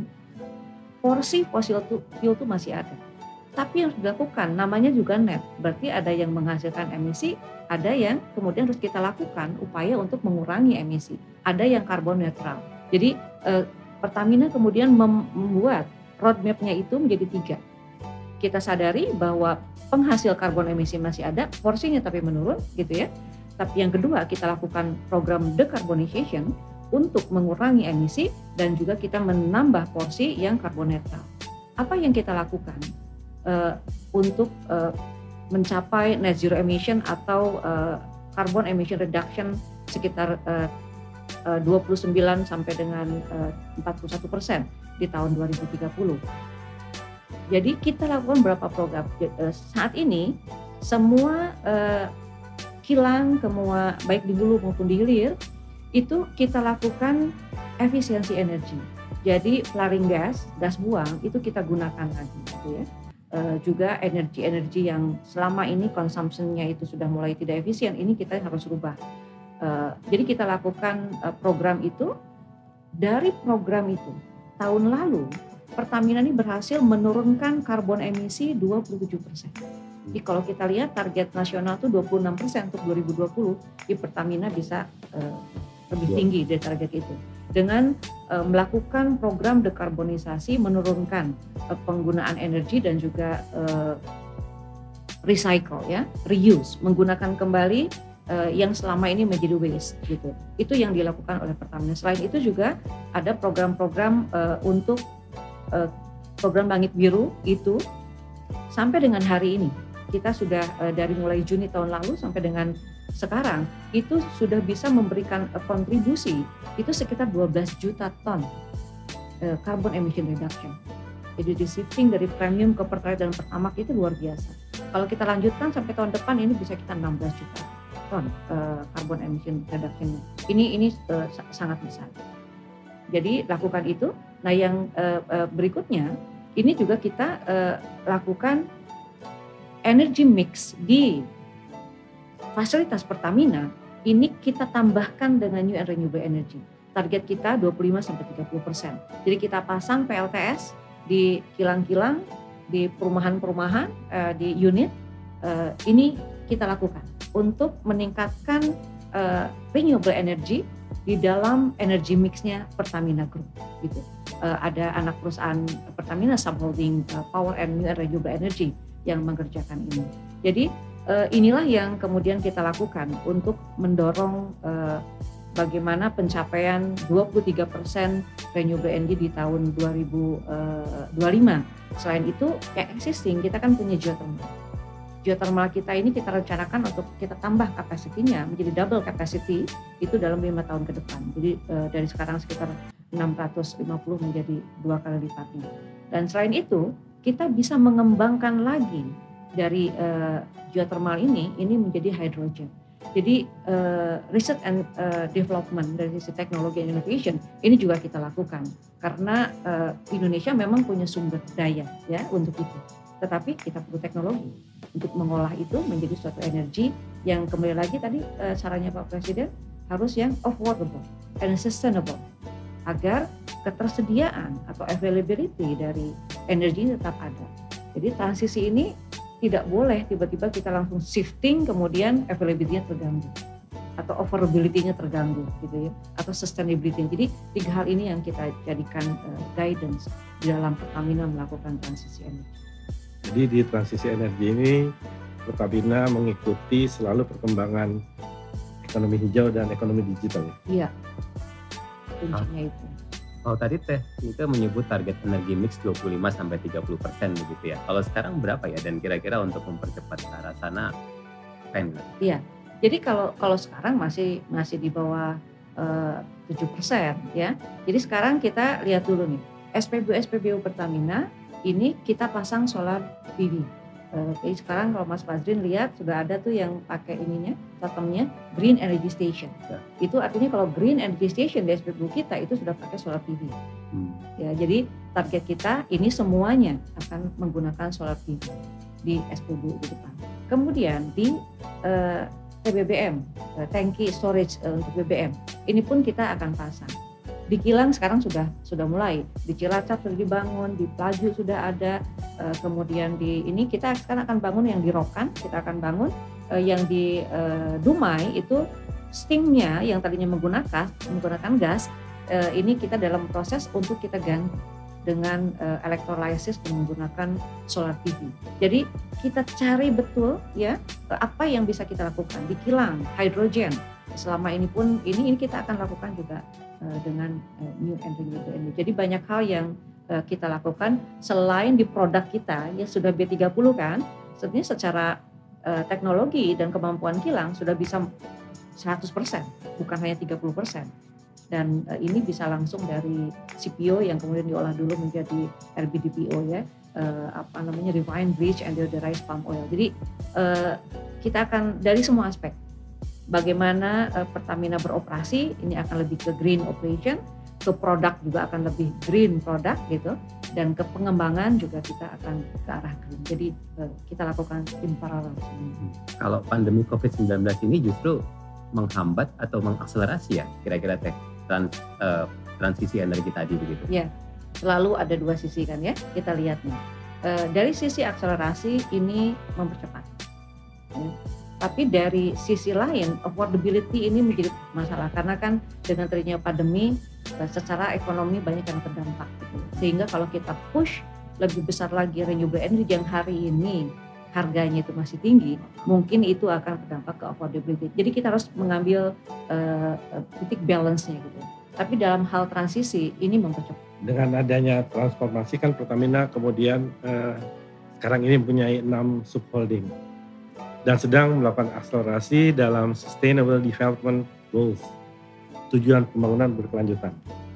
porsi fossil fuel itu masih ada. Tapi yang harus dilakukan namanya juga net. Berarti ada yang menghasilkan emisi, ada yang kemudian harus kita lakukan upaya untuk mengurangi emisi. Ada yang karbon netral. Jadi eh, Pertamina kemudian membuat roadmap-nya itu menjadi tiga. Kita sadari bahwa penghasil karbon emisi masih ada, porsinya tapi menurun gitu ya. Tapi yang kedua kita lakukan program decarbonization untuk mengurangi emisi dan juga kita menambah porsi yang karbon netral. Apa yang kita lakukan uh, untuk uh, mencapai net zero emission atau uh, carbon emission reduction sekitar uh, uh, dua puluh sembilan sampai dengan uh, empat puluh satu persen di tahun dua ribu tiga puluh. Jadi kita lakukan beberapa program. Uh, saat ini semua uh, kilang, semua baik di hulu maupun di hilir, itu kita lakukan efisiensi energi. Jadi flaring gas, gas buang itu kita gunakan lagi, gitu ya. E, juga energi-energi yang selama ini consumption-nya itu sudah mulai tidak efisien, ini kita harus rubah. E, jadi kita lakukan e, program itu. Dari program itu, tahun lalu Pertamina ini berhasil menurunkan karbon emisi dua puluh tujuh persen. Jadi kalau kita lihat target nasional itu dua puluh enam persen untuk dua ribu dua puluh, di Pertamina bisa uh, lebih tinggi dari target itu. Dengan uh, melakukan program dekarbonisasi, menurunkan uh, penggunaan energi dan juga uh, recycle ya, reuse, menggunakan kembali uh, yang selama ini menjadi waste gitu. Itu yang dilakukan oleh Pertamina. Selain itu juga ada program-program uh, untuk uh, program Langit Biru itu sampai dengan hari ini. Kita sudah uh, dari mulai Juni tahun lalu sampai dengan sekarang itu sudah bisa memberikan uh, kontribusi itu sekitar dua belas juta ton uh, carbon emission reduction. Jadi di shifting dari premium ke pertalite dan pertamax itu luar biasa. Kalau kita lanjutkan sampai tahun depan ini bisa kita enam belas juta ton uh, carbon emission reduction. Ini ini uh, sangat besar. Jadi lakukan itu. Nah yang uh, uh, berikutnya ini juga kita uh, lakukan energy mix di fasilitas Pertamina ini kita tambahkan dengan new and renewable energy. Target kita dua puluh lima sampai tiga puluh persen. Jadi kita pasang P L T S di kilang-kilang, di perumahan-perumahan, uh, di unit. Uh, ini kita lakukan untuk meningkatkan uh, renewable energy di dalam energy mixnya Pertamina Group. Gitu. Uh, ada anak perusahaan Pertamina Subholding uh, Power and New and Renewable Energy yang mengerjakan ini. Jadi uh, inilah yang kemudian kita lakukan untuk mendorong uh, bagaimana pencapaian dua puluh tiga persen renewable energy di tahun dua ribu dua puluh lima. Selain itu, yang existing kita kan punya geothermal. Geothermal kita ini kita rencanakan untuk kita tambah kapasitinya menjadi double capacity itu dalam lima tahun ke depan. Jadi uh, dari sekarang sekitar enam ratus lima puluh menjadi dua kali lipatnya. Dan selain itu, kita bisa mengembangkan lagi dari uh, geothermal ini, ini menjadi hydrogen. Jadi uh, research and uh, development dari sisi teknologi and innovation ini juga kita lakukan karena uh, Indonesia memang punya sumber daya ya untuk itu. Tetapi kita perlu teknologi untuk mengolah itu menjadi suatu energi yang kembali lagi tadi uh, sarannya Pak Presiden harus yang affordable and sustainable agar ketersediaan atau availability dari energi tetap ada. Jadi transisi ini tidak boleh tiba-tiba kita langsung shifting kemudian availability-nya terganggu atau affordability-nya terganggu gitu ya atau sustainability. Jadi tiga hal ini yang kita jadikan uh, guidance di dalam Pertamina melakukan transisi energi. Jadi di transisi energi ini Pertamina mengikuti selalu perkembangan ekonomi hijau dan ekonomi digital ya. Iya. Kuncinya itu. Kalau tadi Teh Nika menyebut target energi mix dua puluh lima sampai tiga puluh persen begitu ya. Kalau sekarang berapa ya dan kira-kira untuk mempercepat ke arah sana pen? Iya. Jadi kalau kalau sekarang masih masih di bawah uh, tujuh persen ya. Jadi sekarang kita lihat dulu nih. S P B U S P B U Pertamina ini kita pasang solar P V. Uh, jadi sekarang kalau Mas Fazrin lihat sudah ada tuh yang pakai ininya, totemnya Green Energy Station. Ya. Itu artinya kalau Green Energy Station di S P B U kita itu sudah pakai solar P V. Hmm. Ya, jadi target kita ini semuanya akan menggunakan solar P V di S P B U di depan. Kemudian di uh, T B B M, uh, tangki storage uh, untuk B B M, ini pun kita akan pasang. Di Kilang sekarang sudah sudah mulai, di Cilacap sudah dibangun, di Pelaju sudah ada, uh, kemudian di ini kita sekarang akan bangun yang di Rokan, kita akan bangun uh, yang di uh, Dumai itu steamnya yang tadinya menggunakan menggunakan gas, uh, ini kita dalam proses untuk kita ganti dengan uh, electrolysis menggunakan solar P V. Jadi kita cari betul ya apa yang bisa kita lakukan di kilang hidrogen. Selama ini pun ini, ini kita akan lakukan juga uh, dengan uh, new and renewable energy. Jadi banyak hal yang uh, kita lakukan selain di produk kita ya sudah B tiga puluh kan. Sebenarnya secara uh, teknologi dan kemampuan kilang sudah bisa seratus persen, bukan hanya tiga puluh persen. Dan uh, ini bisa langsung dari C P O yang kemudian diolah dulu menjadi R B D P O ya, uh, apa namanya refined bleach and deodorized palm oil. Jadi uh, kita akan dari semua aspek bagaimana uh, Pertamina beroperasi ini akan lebih ke green operation, ke produk juga akan lebih green product gitu, dan ke pengembangan juga kita akan ke arah green. Jadi uh, kita lakukan in parallel. Kalau pandemi covid sembilan belas ini justru menghambat atau mengakselerasi ya kira-kira teh trans, uh, transisi energi tadi begitu? Ya, selalu ada dua sisi kan ya, kita lihatnya. Uh, dari sisi akselerasi ini mempercepat. Ya. Tapi dari sisi lain affordability ini menjadi masalah karena kan dengan terjadinya pandemi uh, secara ekonomi banyak yang terdampak gitu. Sehingga kalau kita push lebih besar lagi renewable energy yang hari ini harganya itu masih tinggi, mungkin itu akan berdampak ke affordability. Jadi kita harus mengambil uh, titik balance-nya gitu. Tapi dalam hal transisi ini mempercepat. Dengan adanya transformasi kan Pertamina kemudian uh, sekarang ini mempunyai enam subholding dan sedang melakukan akselerasi dalam Sustainable Development Goals, tujuan pembangunan berkelanjutan.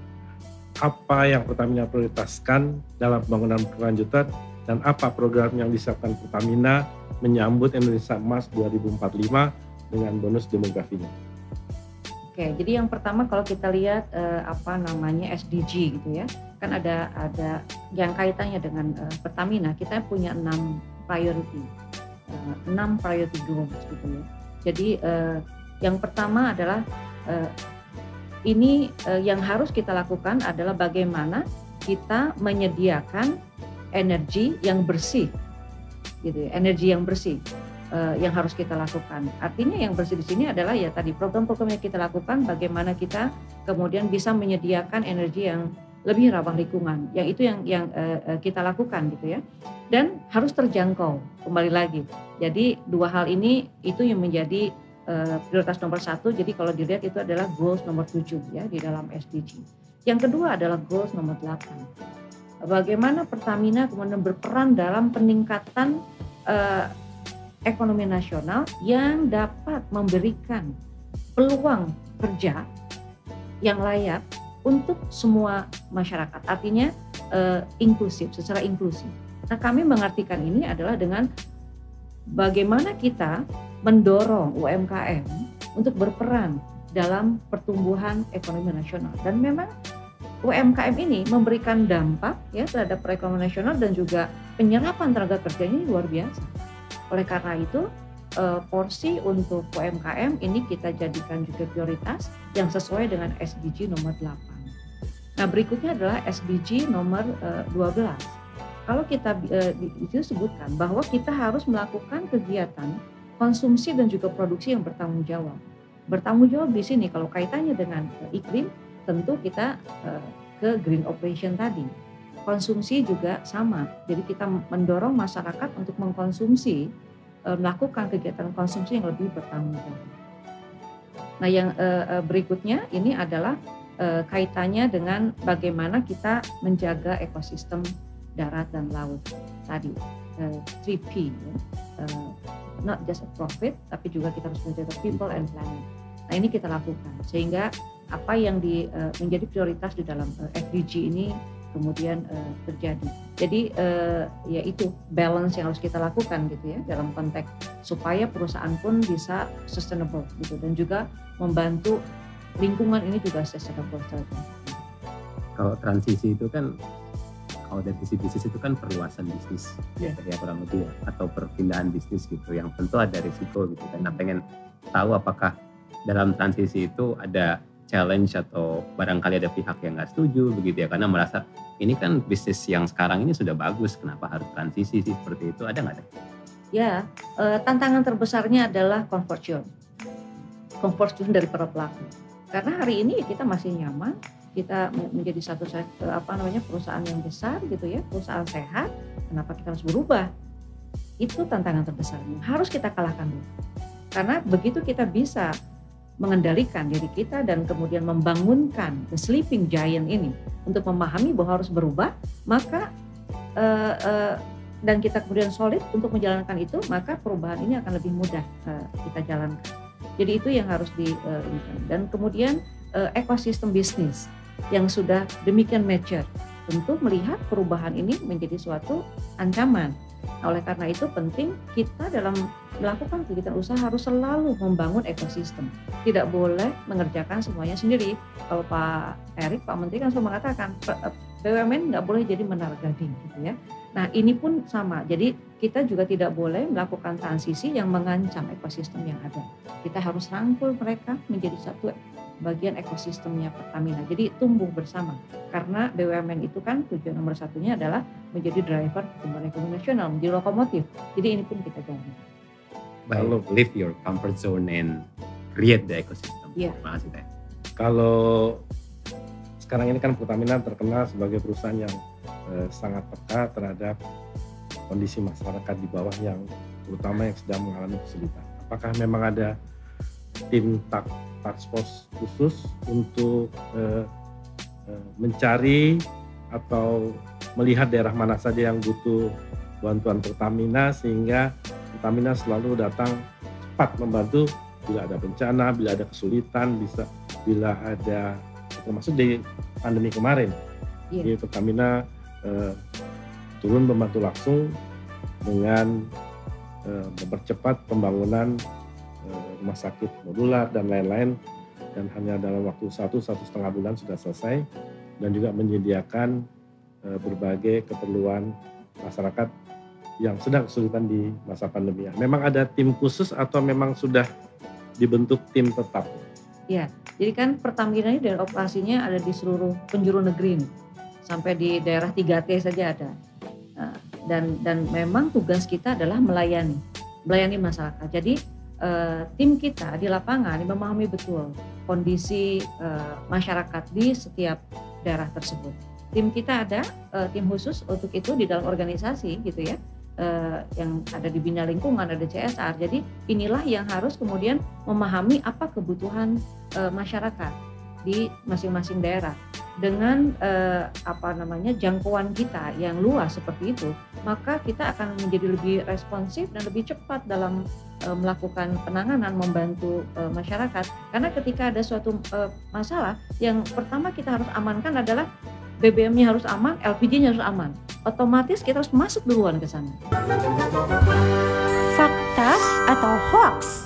Apa yang Pertamina prioritaskan dalam pembangunan berkelanjutan dan apa program yang disiapkan Pertamina menyambut Indonesia Emas dua ribu empat puluh lima dengan bonus demografinya? Oke, jadi yang pertama kalau kita lihat eh, apa namanya S D G gitu ya, kan ada ada yang kaitannya dengan eh, Pertamina. Kita punya enam priority, eh, enam priority goals gitu ya. Jadi eh, yang pertama adalah eh, ini eh, yang harus kita lakukan adalah bagaimana kita menyediakan energi yang bersih, gitu ya, energi yang bersih uh, yang harus kita lakukan. Artinya yang bersih di sini adalah ya tadi program-program yang kita lakukan, bagaimana kita kemudian bisa menyediakan energi yang lebih ramah lingkungan. Yang itu yang yang uh, kita lakukan gitu ya. Dan harus terjangkau kembali lagi. Jadi dua hal ini itu yang menjadi uh, prioritas nomor satu. Jadi kalau dilihat itu adalah goals nomor tujuh ya di dalam S D G. Yang kedua adalah goals nomor delapan. Bagaimana Pertamina kemudian berperan dalam peningkatan uh, ekonomi nasional yang dapat memberikan peluang kerja yang layak untuk semua masyarakat. Artinya uh, inklusif, secara inklusif. Nah, kami mengartikan ini adalah dengan bagaimana kita mendorong U M K M untuk berperan dalam pertumbuhan ekonomi nasional. Dan memang U M K M ini memberikan dampak ya terhadap perekonomian nasional dan juga penyerapan tenaga kerjanya luar biasa. Oleh karena itu eh, porsi untuk U M K M ini kita jadikan juga prioritas yang sesuai dengan S D G nomor delapan. Nah berikutnya adalah S D G nomor eh, dua belas. Kalau kita eh, itu sebutkan bahwa kita harus melakukan kegiatan konsumsi dan juga produksi yang bertanggung jawab. Bertanggung jawab di sini kalau kaitannya dengan eh, iklim, tentu kita uh, ke green operation tadi. Konsumsi juga sama. Jadi kita mendorong masyarakat untuk mengkonsumsi, uh, melakukan kegiatan konsumsi yang lebih bertanggung jawab. Nah yang uh, uh, berikutnya ini adalah uh, kaitannya dengan bagaimana kita menjaga ekosistem darat dan laut tadi. Uh, three P, ya. uh, not just a profit, tapi juga kita harus menjaga people and planet. Nah ini kita lakukan sehingga apa yang di, uh, menjadi prioritas di dalam uh, S D G ini kemudian uh, terjadi. Jadi uh, ya itu balance yang harus kita lakukan gitu ya dalam konteks supaya perusahaan pun bisa sustainable gitu dan juga membantu lingkungan ini juga sustainable. Kalau transisi itu kan, kalau dari sisi bisnis itu kan perluasan bisnis yeah. ya kurang lebih ya, atau perpindahan bisnis gitu yang tentu ada risiko gitu. Karena pengen tahu apakah dalam transisi itu ada challenge atau barangkali ada pihak yang nggak setuju begitu ya, karena merasa ini kan bisnis yang sekarang ini sudah bagus, kenapa harus transisi sih seperti itu, ada nggak Teh? Ya, eh, tantangan terbesarnya adalah comfort zone. Comfort zone dari para pelaku. Karena hari ini kita masih nyaman, kita menjadi satu apa namanya perusahaan yang besar gitu ya, perusahaan sehat. Kenapa kita harus berubah? Itu tantangan terbesarnya. Harus kita kalahkan dulu. Karena begitu kita bisa mengendalikan diri kita dan kemudian membangunkan the sleeping giant ini untuk memahami bahwa harus berubah, maka uh, uh, dan kita kemudian solid untuk menjalankan itu, maka perubahan ini akan lebih mudah uh, kita jalankan. Jadi itu yang harus di uh, dan kemudian uh, ekosistem bisnis yang sudah demikian mature tentu melihat perubahan ini menjadi suatu ancaman. Nah, oleh karena itu penting kita dalam melakukan kegiatan usaha harus selalu membangun ekosistem. Tidak boleh mengerjakan semuanya sendiri. Kalau Pak Erik, Pak Menteri kan selalu mengatakan B U M N nggak boleh jadi menara gading gitu ya. Nah ini pun sama. Jadi kita juga tidak boleh melakukan transisi yang mengancam ekosistem yang ada. Kita harus rangkul mereka menjadi satu bagian ekosistemnya Pertamina. Jadi tumbuh bersama. Karena B U M N itu kan tujuan nomor satunya adalah menjadi driver pertumbuhan ekonomi nasional, menjadi lokomotif. Jadi ini pun kita jalani. Baik, leave your comfort zone and create the ecosystem. Iya. Terima kasih Teh. Kalau sekarang ini kan Pertamina terkenal sebagai perusahaan yang eh, sangat peka terhadap kondisi masyarakat di bawah yang terutama yang sedang mengalami kesulitan. Apakah memang ada tim tak task force khusus untuk eh, eh, mencari atau melihat daerah mana saja yang butuh bantuan Pertamina sehingga Pertamina selalu datang cepat membantu bila ada bencana, bila ada kesulitan, bisa bila ada termasuk di pandemi kemarin. Yeah. Jadi Pertamina eh, turun membantu langsung dengan eh, mempercepat pembangunan eh, rumah sakit modular dan lain-lain, dan hanya dalam waktu satu satu setengah bulan sudah selesai, dan juga menyediakan eh, berbagai keperluan masyarakat yang sedang kesulitan di masa pandemi. Memang ada tim khusus atau memang sudah dibentuk tim tetap? Ya, jadi kan Pertamina ini dari operasinya ada di seluruh penjuru negeri, sampai di daerah tiga T saja ada. Nah, dan dan memang tugas kita adalah melayani, melayani masyarakat. Jadi eh, tim kita di lapangan memahami betul kondisi eh, masyarakat di setiap daerah tersebut. Tim kita ada eh, tim khusus untuk itu di dalam organisasi gitu ya. Uh, yang ada di Bina Lingkungan, ada C S R. Jadi inilah yang harus kemudian memahami apa kebutuhan uh, masyarakat di masing-masing daerah. Dengan uh, apa namanya jangkauan kita yang luas seperti itu, maka kita akan menjadi lebih responsif dan lebih cepat dalam uh, melakukan penanganan, membantu uh, masyarakat. Karena ketika ada suatu uh, masalah, yang pertama kita harus amankan adalah B B M-nya harus aman, L P G-nya harus aman. Otomatis kita harus masuk duluan ke sana. Fakta atau hoax?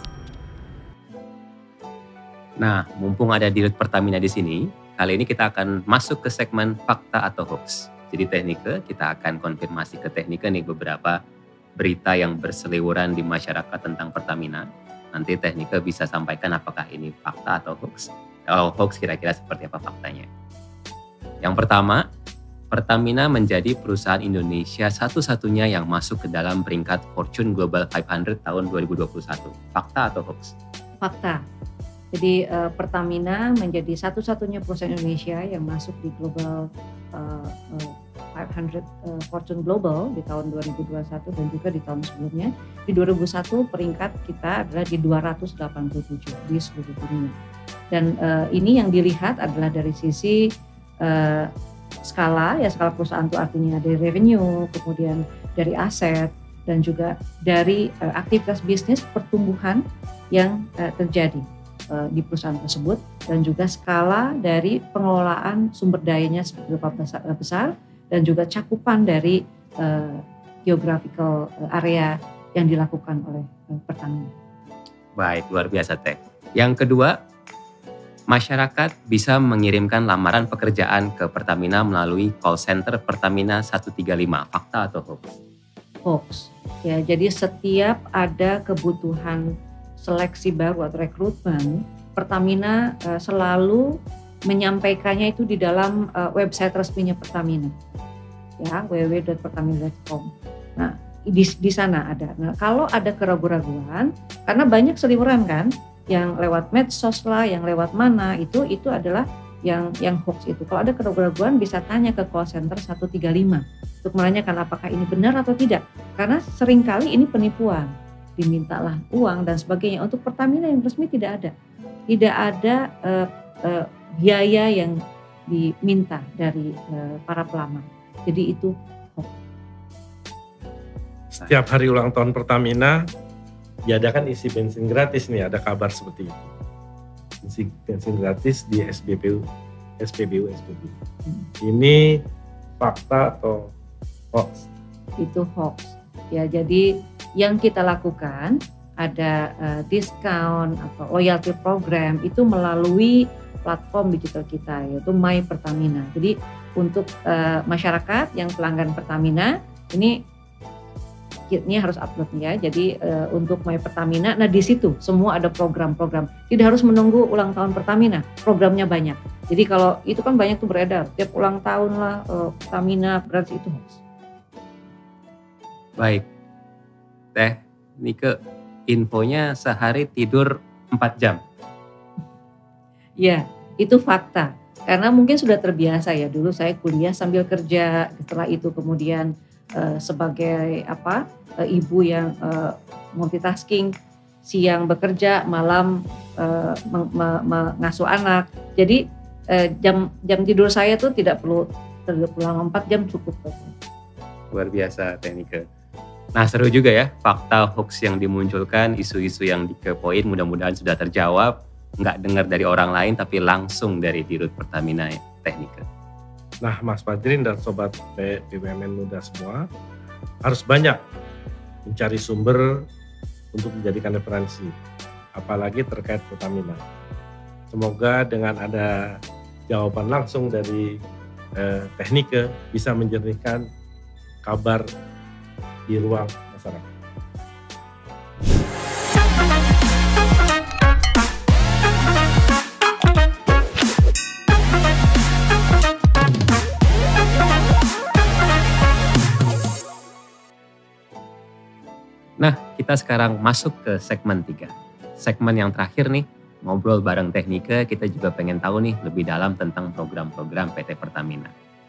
Nah, mumpung ada Dirut Pertamina di sini, kali ini kita akan masuk ke segmen fakta atau hoax. Jadi Teknike, kita akan konfirmasi ke Teknike nih beberapa berita yang berseliweran di masyarakat tentang Pertamina. Nanti Teknike bisa sampaikan apakah ini fakta atau hoax. Kalau hoax kira-kira seperti apa faktanya. Yang pertama, Pertamina menjadi perusahaan Indonesia satu-satunya yang masuk ke dalam peringkat Fortune Global lima ratus tahun dua ribu dua puluh satu. Fakta atau hoax? Fakta. Jadi uh, Pertamina menjadi satu-satunya perusahaan Indonesia yang masuk di Global uh, uh, lima ratus uh, Fortune Global di tahun dua ribu dua puluh satu dan juga di tahun sebelumnya. Di dua ribu satu peringkat kita adalah di dua ratus delapan puluh tujuh di seluruh dunia. Dan uh, ini yang dilihat adalah dari sisi uh, skala, ya skala perusahaan itu artinya dari revenue, kemudian dari aset, dan juga dari uh, aktivitas bisnis pertumbuhan yang uh, terjadi uh, di perusahaan tersebut, dan juga skala dari pengelolaan sumber dayanya seberapa besar, besar dan juga cakupan dari uh, geographical area yang dilakukan oleh uh, Pertamina. Baik, luar biasa Teh. Yang kedua, masyarakat bisa mengirimkan lamaran pekerjaan ke Pertamina melalui call center Pertamina satu tiga lima. Fakta atau hoax? Hoax. Ya, jadi setiap ada kebutuhan seleksi baru atau rekrutmen Pertamina uh, selalu menyampaikannya itu di dalam uh, website resminya Pertamina, ya w w w dot pertamina dot com. Nah di, di sana ada. Nah kalau ada keraguan-raguan, karena banyak seliweran kan, yang lewat medsos lah, yang lewat mana itu itu adalah yang yang hoax itu. Kalau ada keraguan-raguan bisa tanya ke call center satu tiga lima untuk menanyakan apakah ini benar atau tidak. Karena seringkali ini penipuan, dimintalah uang dan sebagainya. Untuk Pertamina yang resmi tidak ada, tidak ada uh, uh, biaya yang diminta dari uh, para pelamar. Jadi itu hoax. Setiap hari ulang tahun Pertamina diadakan isi bensin gratis nih, ada kabar seperti itu. Isi bensin gratis di S B P U, S P B U, S P B U. Ini fakta atau hoax? Itu hoax. Ya, jadi yang kita lakukan ada uh, diskon atau loyalty program itu melalui platform digital kita, yaitu My Pertamina. Jadi untuk uh, masyarakat yang pelanggan Pertamina ini kitnya harus upload ya. Jadi uh, untuk My Pertamina, nah di situ semua ada program-program. Tidak harus menunggu ulang tahun Pertamina, programnya banyak. Jadi kalau itu kan banyak tuh beredar, tiap ulang tahun lah uh, Pertamina gratis, itu hoax. Baik, Teh Nike, infonya sehari tidur empat jam. Ya, itu fakta. Karena mungkin sudah terbiasa ya, dulu saya kuliah sambil kerja, setelah itu kemudian Uh, sebagai apa uh, ibu yang uh, multitasking, siang bekerja, malam uh, mengasuh anak. Jadi uh, jam jam tidur saya tuh tidak perlu tidur pulang empat jam, cukup. Luar biasa Nike. Nah seru juga ya fakta hoax yang dimunculkan, isu-isu yang dikepoin, mudah-mudahan sudah terjawab. Nggak dengar dari orang lain tapi langsung dari Dirut Pertamina Nike. Nah, Mas Fadrin dan Sobat B U M N Muda semua harus banyak mencari sumber untuk menjadikan referensi, apalagi terkait Pertamina. Semoga dengan ada jawaban langsung dari eh, Teh Nike bisa menjernihkan kabar di ruang masyarakat. Nah, kita sekarang masuk ke segmen tiga. Segmen yang terakhir nih, ngobrol bareng Teh Nike, kita juga pengen tahu nih lebih dalam tentang program-program P T Pertamina.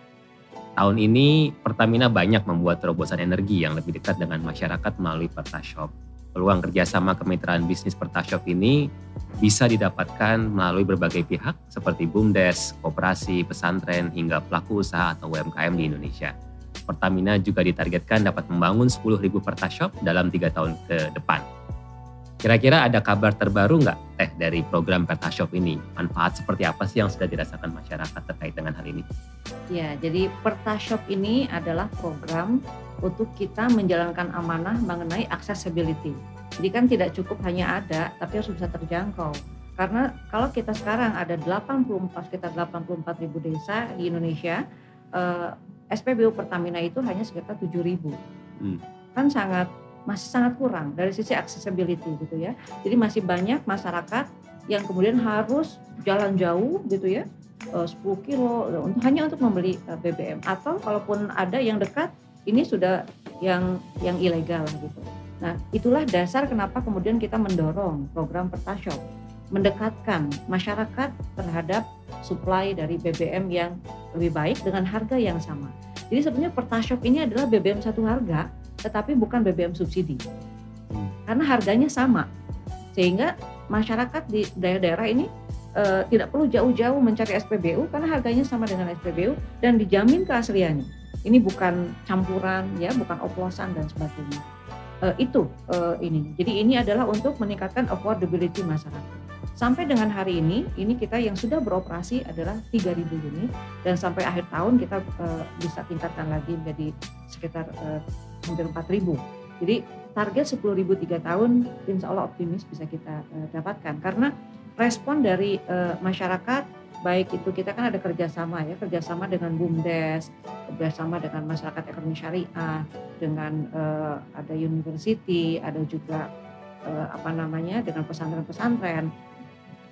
Tahun ini Pertamina banyak membuat terobosan energi yang lebih dekat dengan masyarakat melalui Pertashop. Peluang kerjasama kemitraan bisnis Pertashop ini bisa didapatkan melalui berbagai pihak seperti BUMDes, koperasi, pesantren, hingga pelaku usaha atau U M K M di Indonesia. Pertamina juga ditargetkan dapat membangun sepuluh ribu Pertashop dalam tiga tahun ke depan. Kira-kira ada kabar terbaru nggak Teh dari program Pertashop ini? Manfaat seperti apa sih yang sudah dirasakan masyarakat terkait dengan hal ini? Ya, jadi Pertashop ini adalah program untuk kita menjalankan amanah mengenai accessibility. Jadi kan tidak cukup hanya ada, tapi harus bisa terjangkau. Karena kalau kita sekarang ada delapan puluh empat, sekitar delapan puluh empat ribu desa di Indonesia, eh, S P B U Pertamina itu hanya sekitar tujuh ribu. Hmm. Kan sangat masih sangat kurang dari sisi accessibility gitu ya. Jadi masih banyak masyarakat yang kemudian harus jalan jauh gitu ya, sepuluh kilo untuk hanya untuk membeli B B M, atau kalaupun ada yang dekat ini sudah yang yang ilegal gitu. Nah, itulah dasar kenapa kemudian kita mendorong program Pertashop, mendekatkan masyarakat terhadap supply dari B B M yang lebih baik dengan harga yang sama. Jadi sebenarnya Pertashop ini adalah B B M satu harga, tetapi bukan B B M subsidi. Karena harganya sama. Sehingga masyarakat di daerah-daerah ini e, tidak perlu jauh-jauh mencari S P B U karena harganya sama dengan S P B U dan dijamin keasliannya. Ini bukan campuran ya, bukan oplosan dan sebagainya. E, itu e, ini. Jadi ini adalah untuk meningkatkan affordability masyarakat. Sampai dengan hari ini, ini kita yang sudah beroperasi adalah tiga ribu unit dan sampai akhir tahun kita uh, bisa tingkatkan lagi menjadi sekitar uh, hampir empat ribu. Jadi target sepuluh ribu tiga tahun insya Allah optimis bisa kita uh, dapatkan karena respon dari uh, masyarakat, baik itu kita kan ada kerjasama ya, kerjasama dengan BUMDes, kerjasama dengan masyarakat ekonomi syariah, dengan uh, ada university, ada juga uh, apa namanya dengan pesantren-pesantren.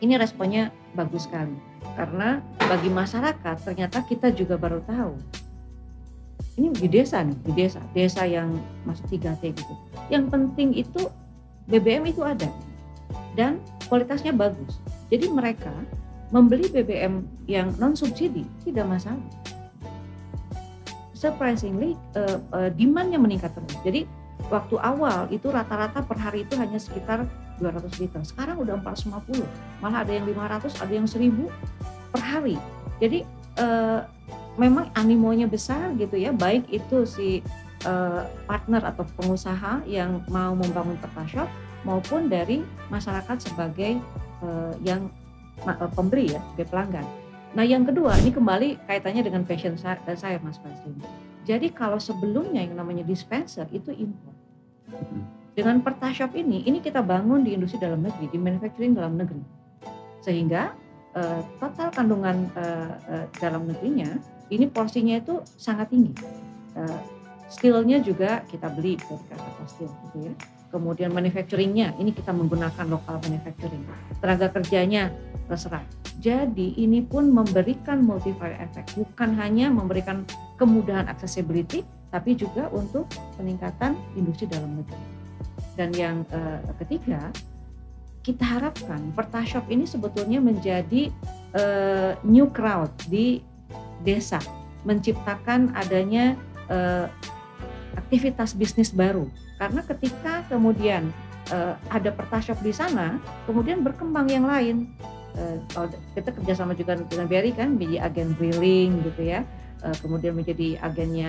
ini responnya bagus sekali. Karena bagi masyarakat ternyata kita juga baru tahu. Ini di desa nih, di desa, desa yang masuk tiga T gitu. Yang penting itu B B M itu ada dan kualitasnya bagus. Jadi mereka membeli B B M yang non subsidi tidak masalah. Surprisingly uh, uh, demandnya meningkat terus. Jadi waktu awal itu rata-rata per hari itu hanya sekitar dua ratus liter. Sekarang udah empat ratus lima puluh, malah ada yang lima ratus, ada yang seribu per hari. Jadi uh, memang animonya besar gitu ya, baik itu si uh, partner atau pengusaha yang mau membangun Pertashop maupun dari masyarakat sebagai uh, yang uh, pembeli ya, sebagai pelanggan. Nah yang kedua, ini kembali kaitannya dengan passion saya, saya Mas Fazlin. Jadi kalau sebelumnya yang namanya dispenser itu impor. Dengan Pertashop ini, ini kita bangun di industri dalam negeri, di manufacturing dalam negeri. Sehingga uh, total kandungan uh, uh, dalam negerinya, ini porsinya itu sangat tinggi. Uh, Steel-nya juga kita beli dari Krakatau Steel gitu ya. Kemudian manufacturing-nya, ini kita menggunakan lokal manufacturing. Tenaga kerjanya terserah. Jadi ini pun memberikan multiplier effect, bukan hanya memberikan kemudahan accessibility, tapi juga untuk peningkatan industri dalam negeri. Dan yang uh, ketiga, kita harapkan Pertashop ini sebetulnya menjadi uh, new crowd di desa, menciptakan adanya uh, aktivitas bisnis baru. Karena ketika kemudian uh, ada Pertashop di sana, kemudian berkembang yang lain. Uh, kita kerjasama juga dengan B R I kan, menjadi agen drilling gitu ya, uh, kemudian menjadi agennya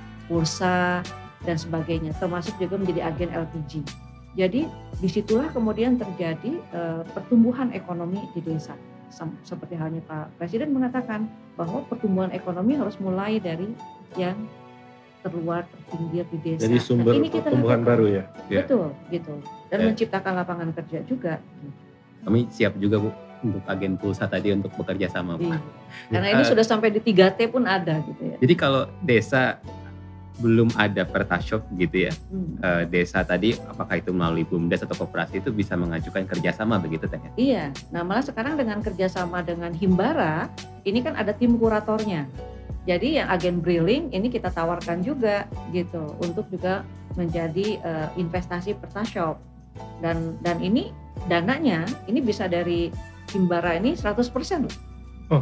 bursa dan sebagainya, termasuk juga menjadi agen L P G. Jadi disitulah kemudian terjadi uh, pertumbuhan ekonomi di desa. Seperti halnya Pak Presiden mengatakan bahwa pertumbuhan ekonomi harus mulai dari yang terluar, terpinggir di desa. Jadi sumber nah, pertumbuhan baru ya? Betul, gitu. Dan ya. Menciptakan lapangan kerja juga. Kami siap juga Bu untuk agen pulsa tadi untuk bekerja sama Pak. Iya. Karena ini uh, sudah sampai di tiga T pun ada gitu ya. Jadi kalau desa belum ada Pertashop gitu ya, hmm. uh, desa tadi apakah itu melalui BUMDes atau koperasi itu bisa mengajukan kerjasama begitu Teh? Iya, nah malah sekarang dengan kerjasama dengan Himbara, ini kan ada tim kuratornya. Jadi yang agen drilling ini kita tawarkan juga gitu untuk juga menjadi uh, investasi Pertashop. Dan dan ini dananya ini bisa dari Himbara ini seratus persen loh. Oh,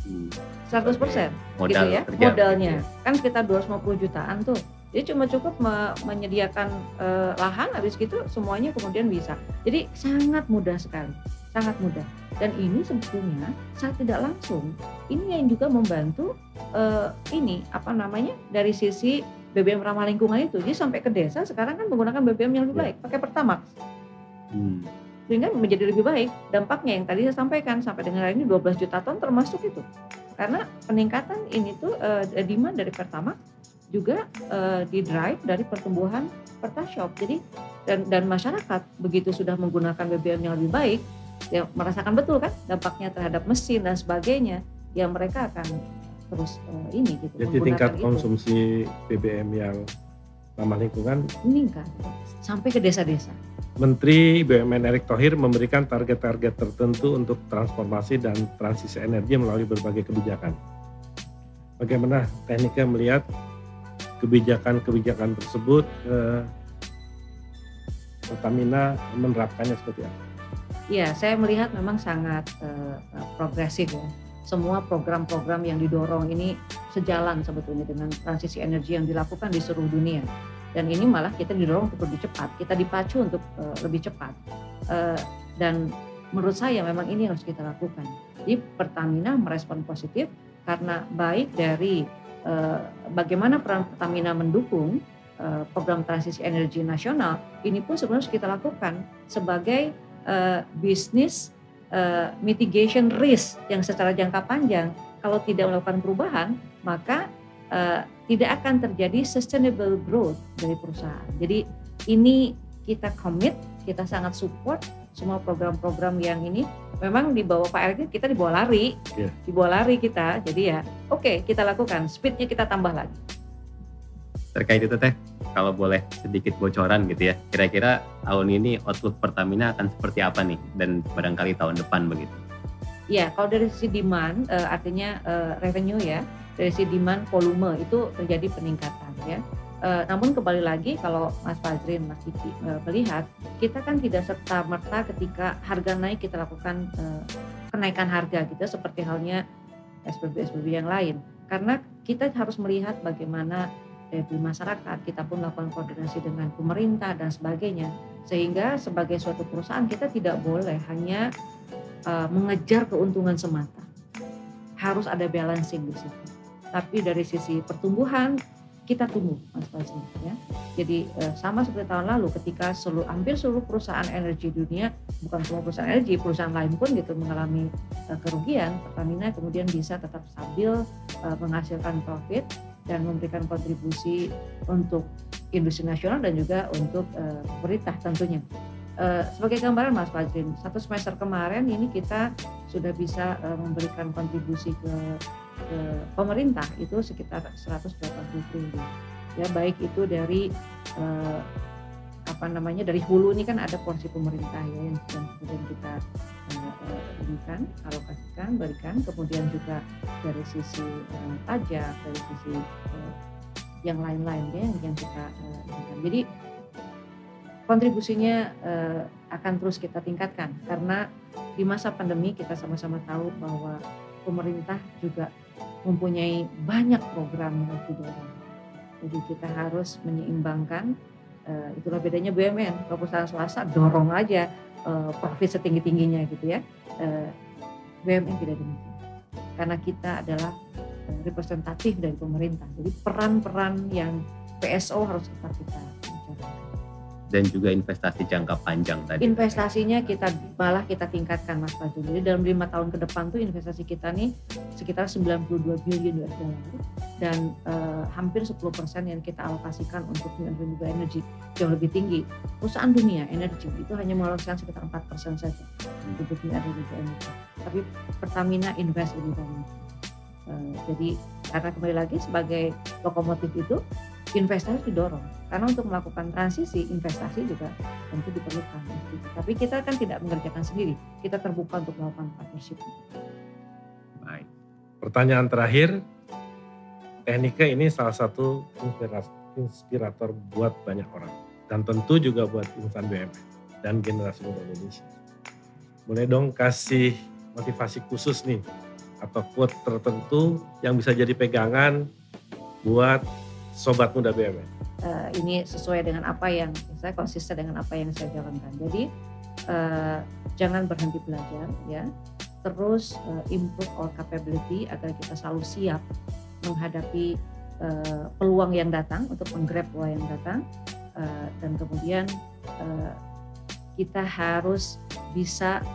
seratus persen modal gitu ya, kerja, modalnya. gitu ya. Kan sekitar dua ratus lima puluh jutaan tuh. Jadi cuma cukup me- menyediakan uh, lahan, habis gitu semuanya kemudian bisa. Jadi sangat mudah sekali, sangat mudah. Dan ini sebetulnya saat tidak langsung, ini yang juga membantu uh, ini apa namanya dari sisi B B M ramah lingkungan itu. Jadi sampai ke desa sekarang kan menggunakan B B M yang lebih baik, pakai Pertamax. Hmm. Sehingga menjadi lebih baik. Dampaknya yang tadi saya sampaikan sampai dengan hari ini dua belas juta ton termasuk itu. Karena peningkatan ini tuh uh, demand dari Pertamax juga uh, di-drive dari pertumbuhan Pertashop. Jadi dan dan masyarakat begitu sudah menggunakan B B M yang lebih baik, ya merasakan betul kan dampaknya terhadap mesin dan sebagainya, ya mereka akan terus uh, ini gitu. Jadi tingkat itu. Konsumsi B B M yang ramah lingkungan meningkat sampai ke desa-desa. Menteri B U M N Erick Thohir memberikan target-target tertentu untuk transformasi dan transisi energi melalui berbagai kebijakan. Bagaimana Technika melihat kebijakan-kebijakan tersebut? Eh, Pertamina menerapkannya seperti apa? Iya, saya melihat memang sangat uh, progresif ya. Semua program-program yang didorong ini sejalan sebetulnya dengan transisi energi yang dilakukan di seluruh dunia. Dan ini malah kita didorong untuk lebih cepat, kita dipacu untuk uh, lebih cepat. Uh, dan menurut saya memang ini harus kita lakukan. Jadi Pertamina merespon positif karena baik dari uh, bagaimana peran Pertamina mendukung uh, program transisi energi nasional, ini pun sebenarnya harus kita lakukan sebagai uh, bisnis uh, mitigation risk yang secara jangka panjang. Kalau tidak melakukan perubahan, maka uh, tidak akan terjadi sustainable growth dari perusahaan. Jadi ini kita commit, kita sangat support semua program-program yang ini. Memang di bawah Pak Erick kita dibawa lari, yeah. dibawa lari kita. Jadi ya oke okay, kita lakukan, speednya kita tambah lagi. Terkait itu Teh, kalau boleh sedikit bocoran gitu ya, kira-kira tahun ini outlook Pertamina akan seperti apa nih dan barangkali tahun depan begitu? Ya, kalau dari sisi demand uh, artinya uh, revenue ya, dari sisi demand volume itu terjadi peningkatan ya. Uh, namun kembali lagi kalau Mas Fajrin, Mas Kiki uh, melihat, kita kan tidak serta merta ketika harga naik kita lakukan uh, kenaikan harga gitu, seperti halnya S P B S P B yang lain. Karena kita harus melihat bagaimana dari masyarakat, kita pun melakukan koordinasi dengan pemerintah dan sebagainya. Sehingga sebagai suatu perusahaan kita tidak boleh hanya uh, mengejar keuntungan semata. Harus ada balancing di situ. Tapi dari sisi pertumbuhan kita tumbuh, Mas Fajri ya. Jadi uh, sama seperti tahun lalu ketika seluruh hampir seluruh perusahaan energi dunia, bukan semua perusahaan energi, perusahaan lain pun gitu mengalami uh, kerugian, Pertamina kemudian bisa tetap stabil uh, menghasilkan profit dan memberikan kontribusi untuk industri nasional dan juga untuk uh, pemerintah tentunya. Uh, sebagai gambaran Mas Fajrin, satu semester kemarin ini kita sudah bisa uh, memberikan kontribusi ke, ke pemerintah itu sekitar seratus delapan puluh triliun. Ya baik itu dari uh, apa namanya dari hulu ini kan ada porsi pemerintah ya yang, yang kemudian kita uh, uh, berikan, alokasikan, berikan, kemudian juga dari sisi uh, pajak, dari sisi uh, yang lain-lain ya yang kita uh, berikan. Jadi kontribusinya uh, akan terus kita tingkatkan karena di masa pandemi kita sama-sama tahu bahwa pemerintah juga mempunyai banyak program yang harus didorong. Jadi kita harus menyeimbangkan, uh, itulah bedanya B U M N. Kalau perusahaan swasta dorong aja uh, profit setinggi-tingginya gitu ya. Uh, B U M N tidak demikian. Karena kita adalah uh, representatif dari pemerintah. Jadi peran-peran yang P S O harus tetap kita bicarakan. Dan juga investasi jangka panjang tadi. Investasinya kita malah kita tingkatkan Mas Fajri. Jadi dalam lima tahun ke depan tuh investasi kita nih sekitar sembilan puluh dua billion U S dollar dan uh, hampir sepuluh persen yang kita alokasikan untuk new and renewable energy jauh lebih tinggi. Perusahaan dunia energi itu hanya mengalokasikan sekitar empat persen saja untuk new and renewable energy. Tapi Pertamina invest lebih banyak. Uh, jadi karena kembali lagi sebagai lokomotif itu investasi didorong karena untuk melakukan transisi investasi juga tentu diperlukan. Tapi kita kan tidak mengerjakan sendiri, kita terbuka untuk melakukan partnership. Baik. Pertanyaan terakhir, Technika ini salah satu inspirator buat banyak orang dan tentu juga buat insan B U M N dan generasi muda Indonesia. Boleh dong kasih motivasi khusus nih atau quote tertentu yang bisa jadi pegangan buat sobat muda B U M N. Uh, ini sesuai dengan apa yang saya konsisten dengan apa yang saya jalankan. Jadi uh, jangan berhenti belajar ya. Terus uh, improve our capability agar kita selalu siap menghadapi uh, peluang yang datang untuk menggrab peluang yang datang uh, dan kemudian uh, kita harus bisa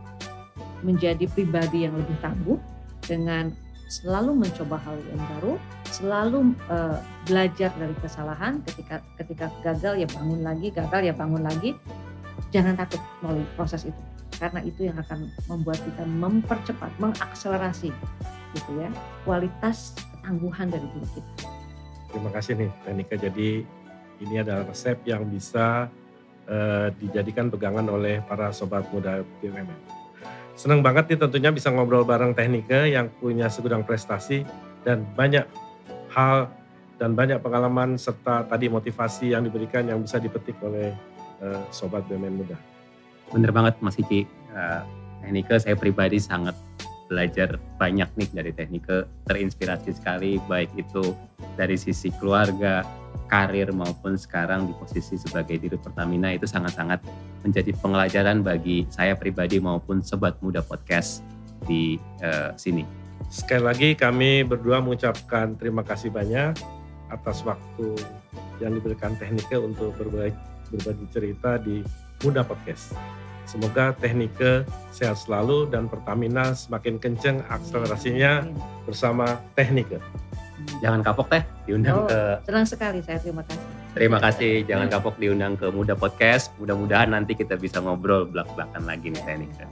menjadi pribadi yang lebih tangguh dengan selalu mencoba hal yang baru, selalu uh, belajar dari kesalahan. Ketika ketika gagal ya bangun lagi, gagal ya bangun lagi. Jangan takut melalui proses itu, karena itu yang akan membuat kita mempercepat, mengakselerasi, gitu ya, kualitas ketangguhan dari diri kita. Terima kasih nih, Technika. Jadi ini adalah resep yang bisa uh, dijadikan pegangan oleh para sobat muda B U M N. Senang banget nih tentunya bisa ngobrol bareng Technika yang punya segudang prestasi dan banyak hal dan banyak pengalaman serta tadi motivasi yang diberikan yang bisa dipetik oleh uh, sobat B U M N muda. Bener banget Mas Kiki, uh, Technika saya pribadi sangat belajar banyak nih dari Technika, terinspirasi sekali baik itu dari sisi keluarga, karir maupun sekarang di posisi sebagai Dirut Pertamina itu sangat-sangat menjadi pembelajaran bagi saya pribadi maupun sobat muda podcast di uh, sini. Sekali lagi kami berdua mengucapkan terima kasih banyak atas waktu yang diberikan Technika untuk berbagi, berbagi cerita di Muda Podcast. Semoga Technika sehat selalu dan Pertamina semakin kenceng akselerasinya bersama Technika. Jangan kapok Teh, diundang oh, ke... Senang sekali saya, terima kasih. Terima kasih, jangan kapok diundang ke Muda Podcast. Mudah-mudahan nanti kita bisa ngobrol belak-belakan lagi nih Technika.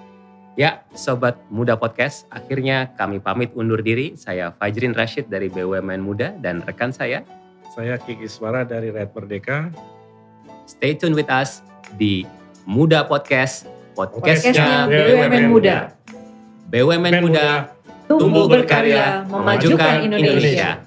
Ya, Sobat Muda Podcast, akhirnya kami pamit undur diri. Saya Fajrin Rashid dari B U M N Muda dan rekan saya. Saya Kiki Iswara dari Rakyat Merdeka. Stay tune with us di Muda Podcast, podcastnya B U M N Muda. B U M N Muda, tumbuh berkarya, memajukan Indonesia.